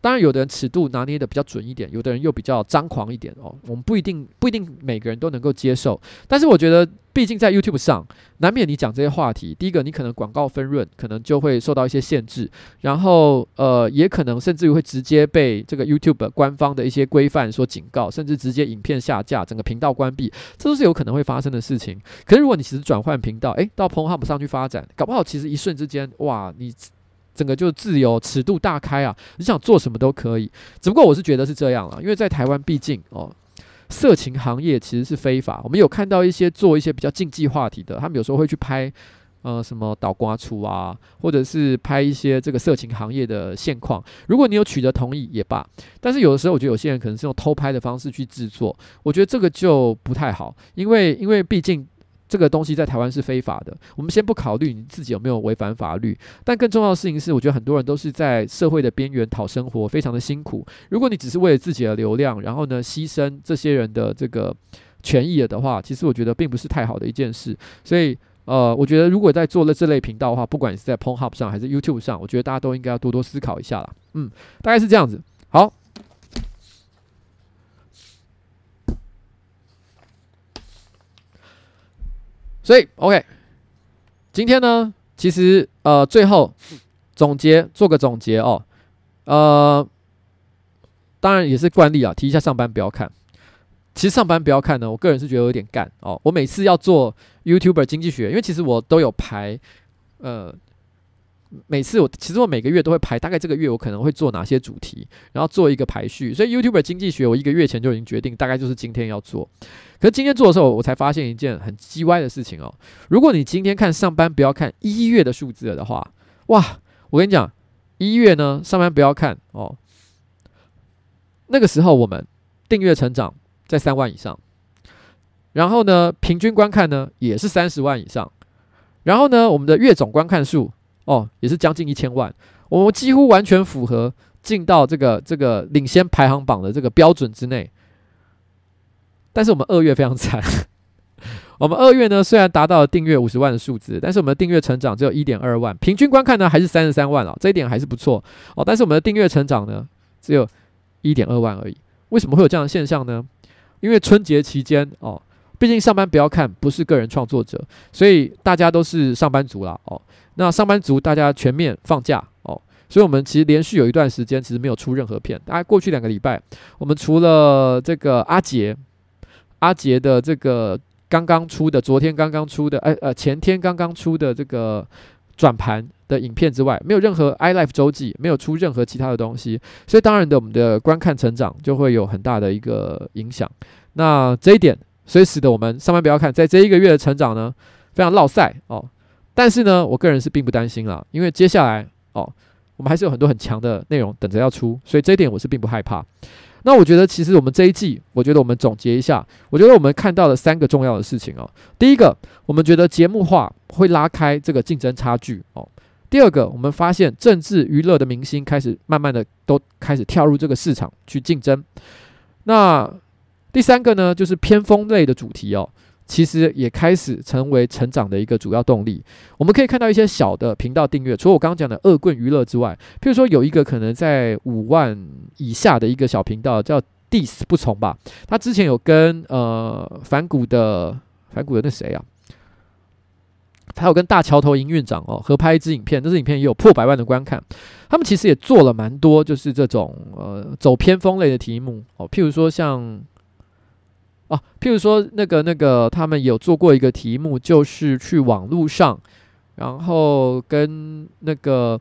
当然，有的人尺度拿捏的比较准一点，有的人又比较张狂一点哦。我们不一定每个人都能够接受，但是我觉得，毕竟在 YouTube 上，难免你讲这些话题，第一个你可能广告分润可能就会受到一些限制，然后也可能甚至于会直接被这个 YouTube 官方的一些规范所警告，甚至直接影片下架，整个频道关闭，这都是有可能会发生的事情。可是如果你其实转换频道，到 Pornhub 上去发展，搞不好其实一瞬之间，哇，你整个就自由，尺度大开啊！你想做什么都可以。只不过我是觉得是这样啦，因为在台湾毕竟色情行业其实是非法。我们有看到一些做一些比较竞技话题的，他们有时候会去拍什么倒瓜出啊，或者是拍一些这个色情行业的现况。如果你有取得同意也罢，但是有的时候我觉得有些人可能是用偷拍的方式去制作，我觉得这个就不太好，因为毕竟这个东西在台湾是非法的。我们先不考虑你自己有没有违反法律，但更重要的事情是，我觉得很多人都是在社会的边缘讨生活，非常的辛苦。如果你只是为了自己的流量，然后呢牺牲这些人的这个权益了的话，其实我觉得并不是太好的一件事。所以我觉得如果在做了这类频道的话，不管你是在 Pornhub 上还是 YouTube 上，我觉得大家都应该要多多思考一下啦。大概是这样子。好。所以 OK， 今天呢，其实最后做个总结哦。当然也是惯例啊，提一下上班不要看。其实上班不要看呢，我个人是觉得有点干哦。我每次要做 YouTuber 经济学，因为其实我都有排其实我每个月都会排，大概这个月我可能会做哪些主题，然后做一个排序。所以 YouTuber 经济学我1个月前就已经决定，大概就是今天要做。可是今天做的时候，我才发现一件很鸡歪的事情哦。如果你今天看上班不要看1月的数字了的话，哇，我跟你讲，1月呢上班不要看哦，那个时候我们订阅成长在3万以上，然后呢平均观看呢也是30万以上，然后呢我们的月总观看数也是将近1000万，我们几乎完全符合进到这个领先排行榜的这个标准之内。但是我们2月非常惨，我们2月呢虽然达到了订阅50万的数字，但是我们的订阅成长只有 1.2 万，平均观看呢还是33万这一点还是不错但是我们的订阅成长呢只有 1.2 万而已。为什么会有这样的现象呢？因为春节期间毕竟上班不要看不是个人创作者，所以大家都是上班族啦那上班族大家全面放假所以我们其实连续有一段时间其实没有出任何片。大概过去2个礼拜，我们除了这个阿杰的这个刚刚出的，昨天刚刚出的，前天刚刚出的这个转盘的影片之外，没有任何 iLife 周记，没有出任何其他的东西，所以当然的，我们的观看成长就会有很大的一个影响。那这一点，所以使得我们上班不要看，在这1个月的成长呢，非常落赛但是呢，我个人是并不担心啦，因为接下来我们还是有很多很强的内容等着要出，所以这一点我是并不害怕。那我觉得其实我们这一季，我觉得我们总结一下，我觉得我们看到了3个重要的事情第一个，我们觉得节目化会拉开这个竞争差距第二个，我们发现政治娱乐的明星开始慢慢的都开始跳入这个市场去竞争。那第3个呢，就是偏锋类的主题其实也开始成为成长的一个主要动力。我们可以看到一些小的频道订阅，除了我刚刚讲的恶棍娱乐之外，譬如说有一个可能在5万以下的一个小频道叫 Diss 不从吧，他之前有跟反骨的那谁啊，他有跟大桥头营运长合拍一支影片，这支影片也有破100万的观看。他们其实也做了蛮多就是这种走偏锋类的题目譬如说像譬如说那个他们有做过一个题目，就是去网络上，然后跟那个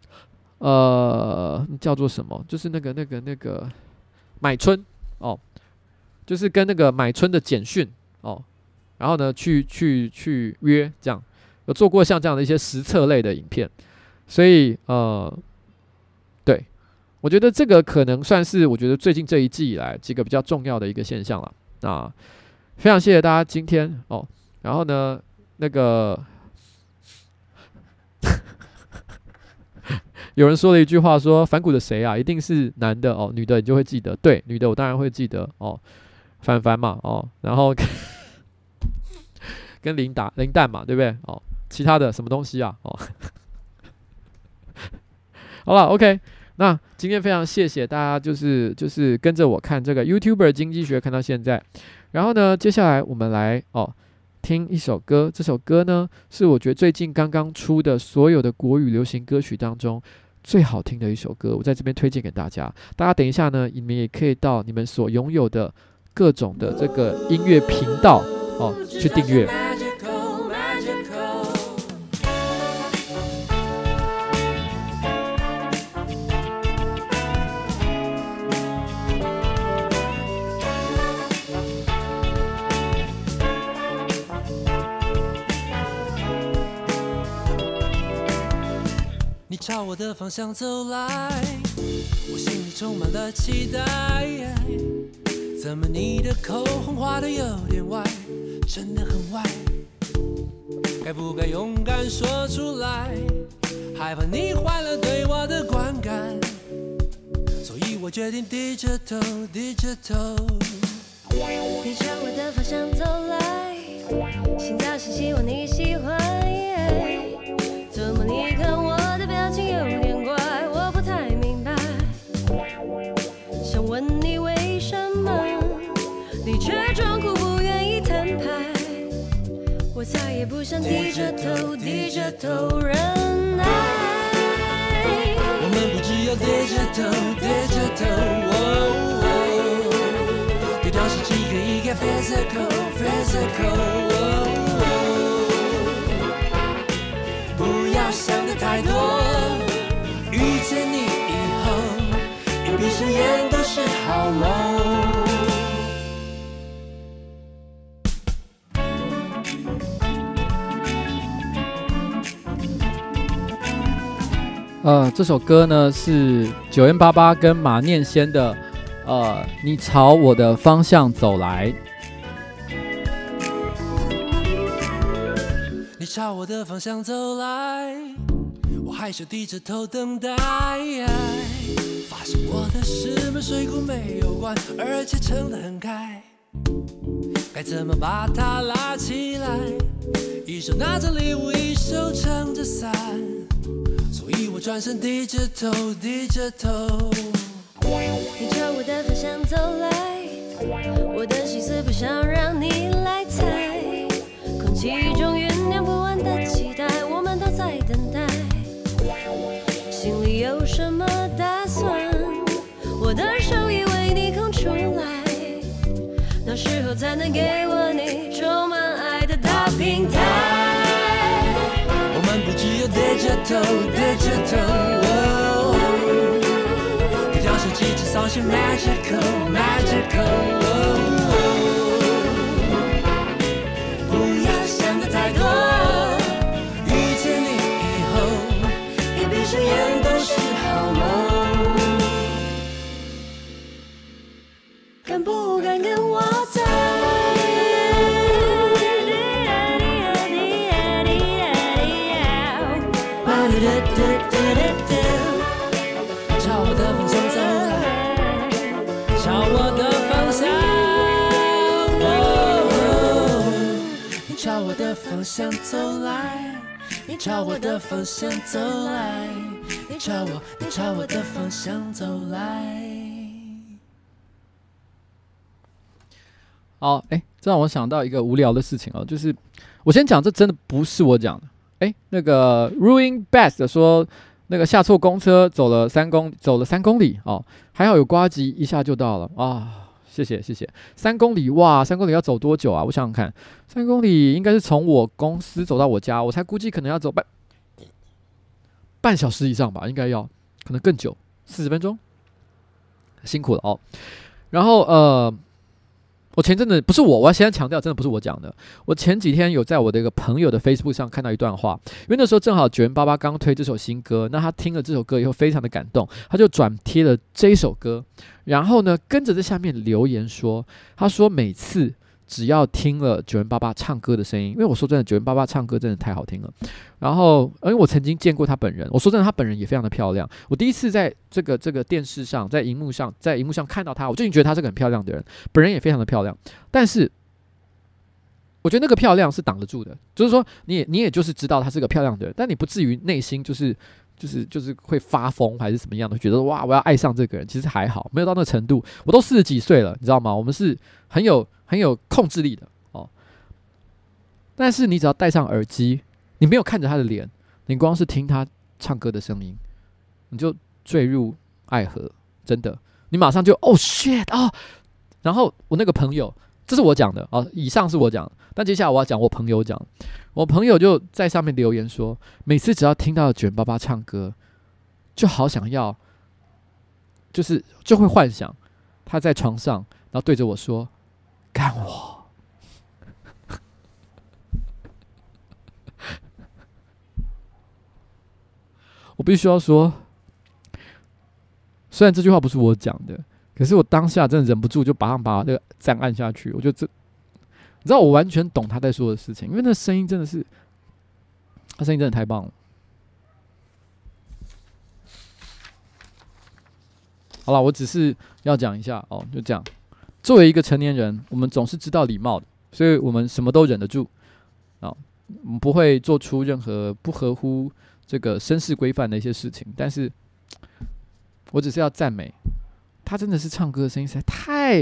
叫做什么，就是那个买春就是跟那个买春的简讯然后呢去约，这样有做过像这样的一些实测类的影片。所以对，我觉得这个可能算是我觉得最近这一季以来几个比较重要的一个现象了。那非常谢谢大家今天然后呢那个有人说了一句话说反骨的谁啊，一定是男的女的你就会记得。对，女的我当然会记得凡嘛然后跟林蛋嘛，对不对其他的什么东西啊好了 OK。 那今天非常谢谢大家，就是跟着我看这个 YouTuber 经济学看到现在。然后呢，接下来我们来听一首歌。这首歌呢是我觉得最近刚刚出的所有的国语流行歌曲当中最好听的一首歌，我在这边推荐给大家。大家等一下呢，你们也可以到你们所拥有的各种的这个音乐频道去订阅。 你朝我的方向走来，我心里充满了期待。怎么你的口红画得有点歪，真的很歪？该不该勇敢说出来？害怕你坏了对我的观感，所以我决定低着头，低着头。 你朝我的方向走来，心跳是希望你喜欢。怎么你看我的表情有点怪，我不太明白。想问你为什么，你却装酷不愿意摊牌。我再也不想低着头，低着头忍耐。 我们不只有低着头，低着头。对调是几个一个 physical， 不要想得太多，遇见你以后，一闭上眼都是好梦。 这首歌呢是9m88跟马念先的你朝我的方向走来。 你朝我的方向走来，我害羞低着头等待，发现我的石门水库没有关，而且撑得很开，该怎么把它拉起来？一手拿着礼物，一手撑着伞，所以我转身低着头，低着头。 你朝我的方向走来，我的心思不想让你来猜，空气中酝酿不完的期待，我们都在等待，心里有什么打算？我的手已为你空出来，那时候才能给我你充满爱的大平台。 我们不只有低着头，低着头，对调是几只扫弦 magical， 不要想得太多，遇见你以后，一闭上眼都是好梦。 敢不敢跟我走？ 朝我的方向走来，朝我的方向，你朝我的方向走来，你朝我的方向走来，你朝我的方向走来。 好，这让我想到一个无聊的事情哦，就是我先讲，这真的不是我讲的。那个 Ruin Best 说，那个下错公车走了3公里哦，还好有呱吉，一下就到了啊！谢谢。3公里哇，3公里要走多久啊？我想想看，3公里应该是从我公司走到我家，我才估计可能要走半小时以上吧，应该要，可能更久，40分钟，辛苦了哦。然后我前阵子不是我要先强调，真的不是我讲的。我前几天有在我的一个朋友的 Facebook 上看到一段话，因为那时候正好9m88刚推这首新歌，那他听了这首歌以后非常的感动，他就转贴了这一首歌，然后呢跟着在下面留言说，他说每次只要听了9m88唱歌的声音，因为我说真的9m88唱歌真的太好听了，然后因为我曾经见过他本人，我说真的他本人也非常的漂亮，我第一次在这个电视上在荧幕上看到他，我就已经觉得他是个很漂亮的人，本人也非常的漂亮，但是我觉得那个漂亮是挡得住的，就是说你也就是知道他是个漂亮的人，但你不至于内心就是就是会发疯还是什么样的，觉得哇我要爱上这个人，其实还好，没有到那个程度。我都40几岁了，你知道吗？我们是很有控制力的哦。但是你只要戴上耳机，你没有看着他的脸，你光是听他唱歌的声音，你就坠入爱河，真的，你马上就哦 shit 啊！然后我那个朋友，这是我讲的啊，以上是我讲的，但接下来我要讲我朋友讲，我朋友就在上面留言说，每次只要听到卷爸爸唱歌，就好想要，就会幻想他在床上，然后对着我说，干我。我必须要说，虽然这句话不是我讲的，可是我当下真的忍不住就把这个赞按下去。我觉得你知道，我完全懂他在说的事情，因为那声音真的是，他声音真的太棒了。好了，我只是要讲一下哦，就这样。作为一个成年人，我们总是知道礼貌的，所以我们什么都忍得住啊，我们不会做出任何不合乎这个绅士规范的一些事情。但是，我只是要赞美他，真的是唱歌的声音实在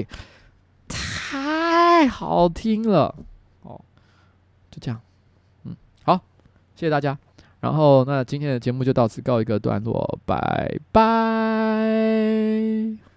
太好听了哦，就这样，好，谢谢大家。然后，那今天的节目就到此告一个段落，拜拜。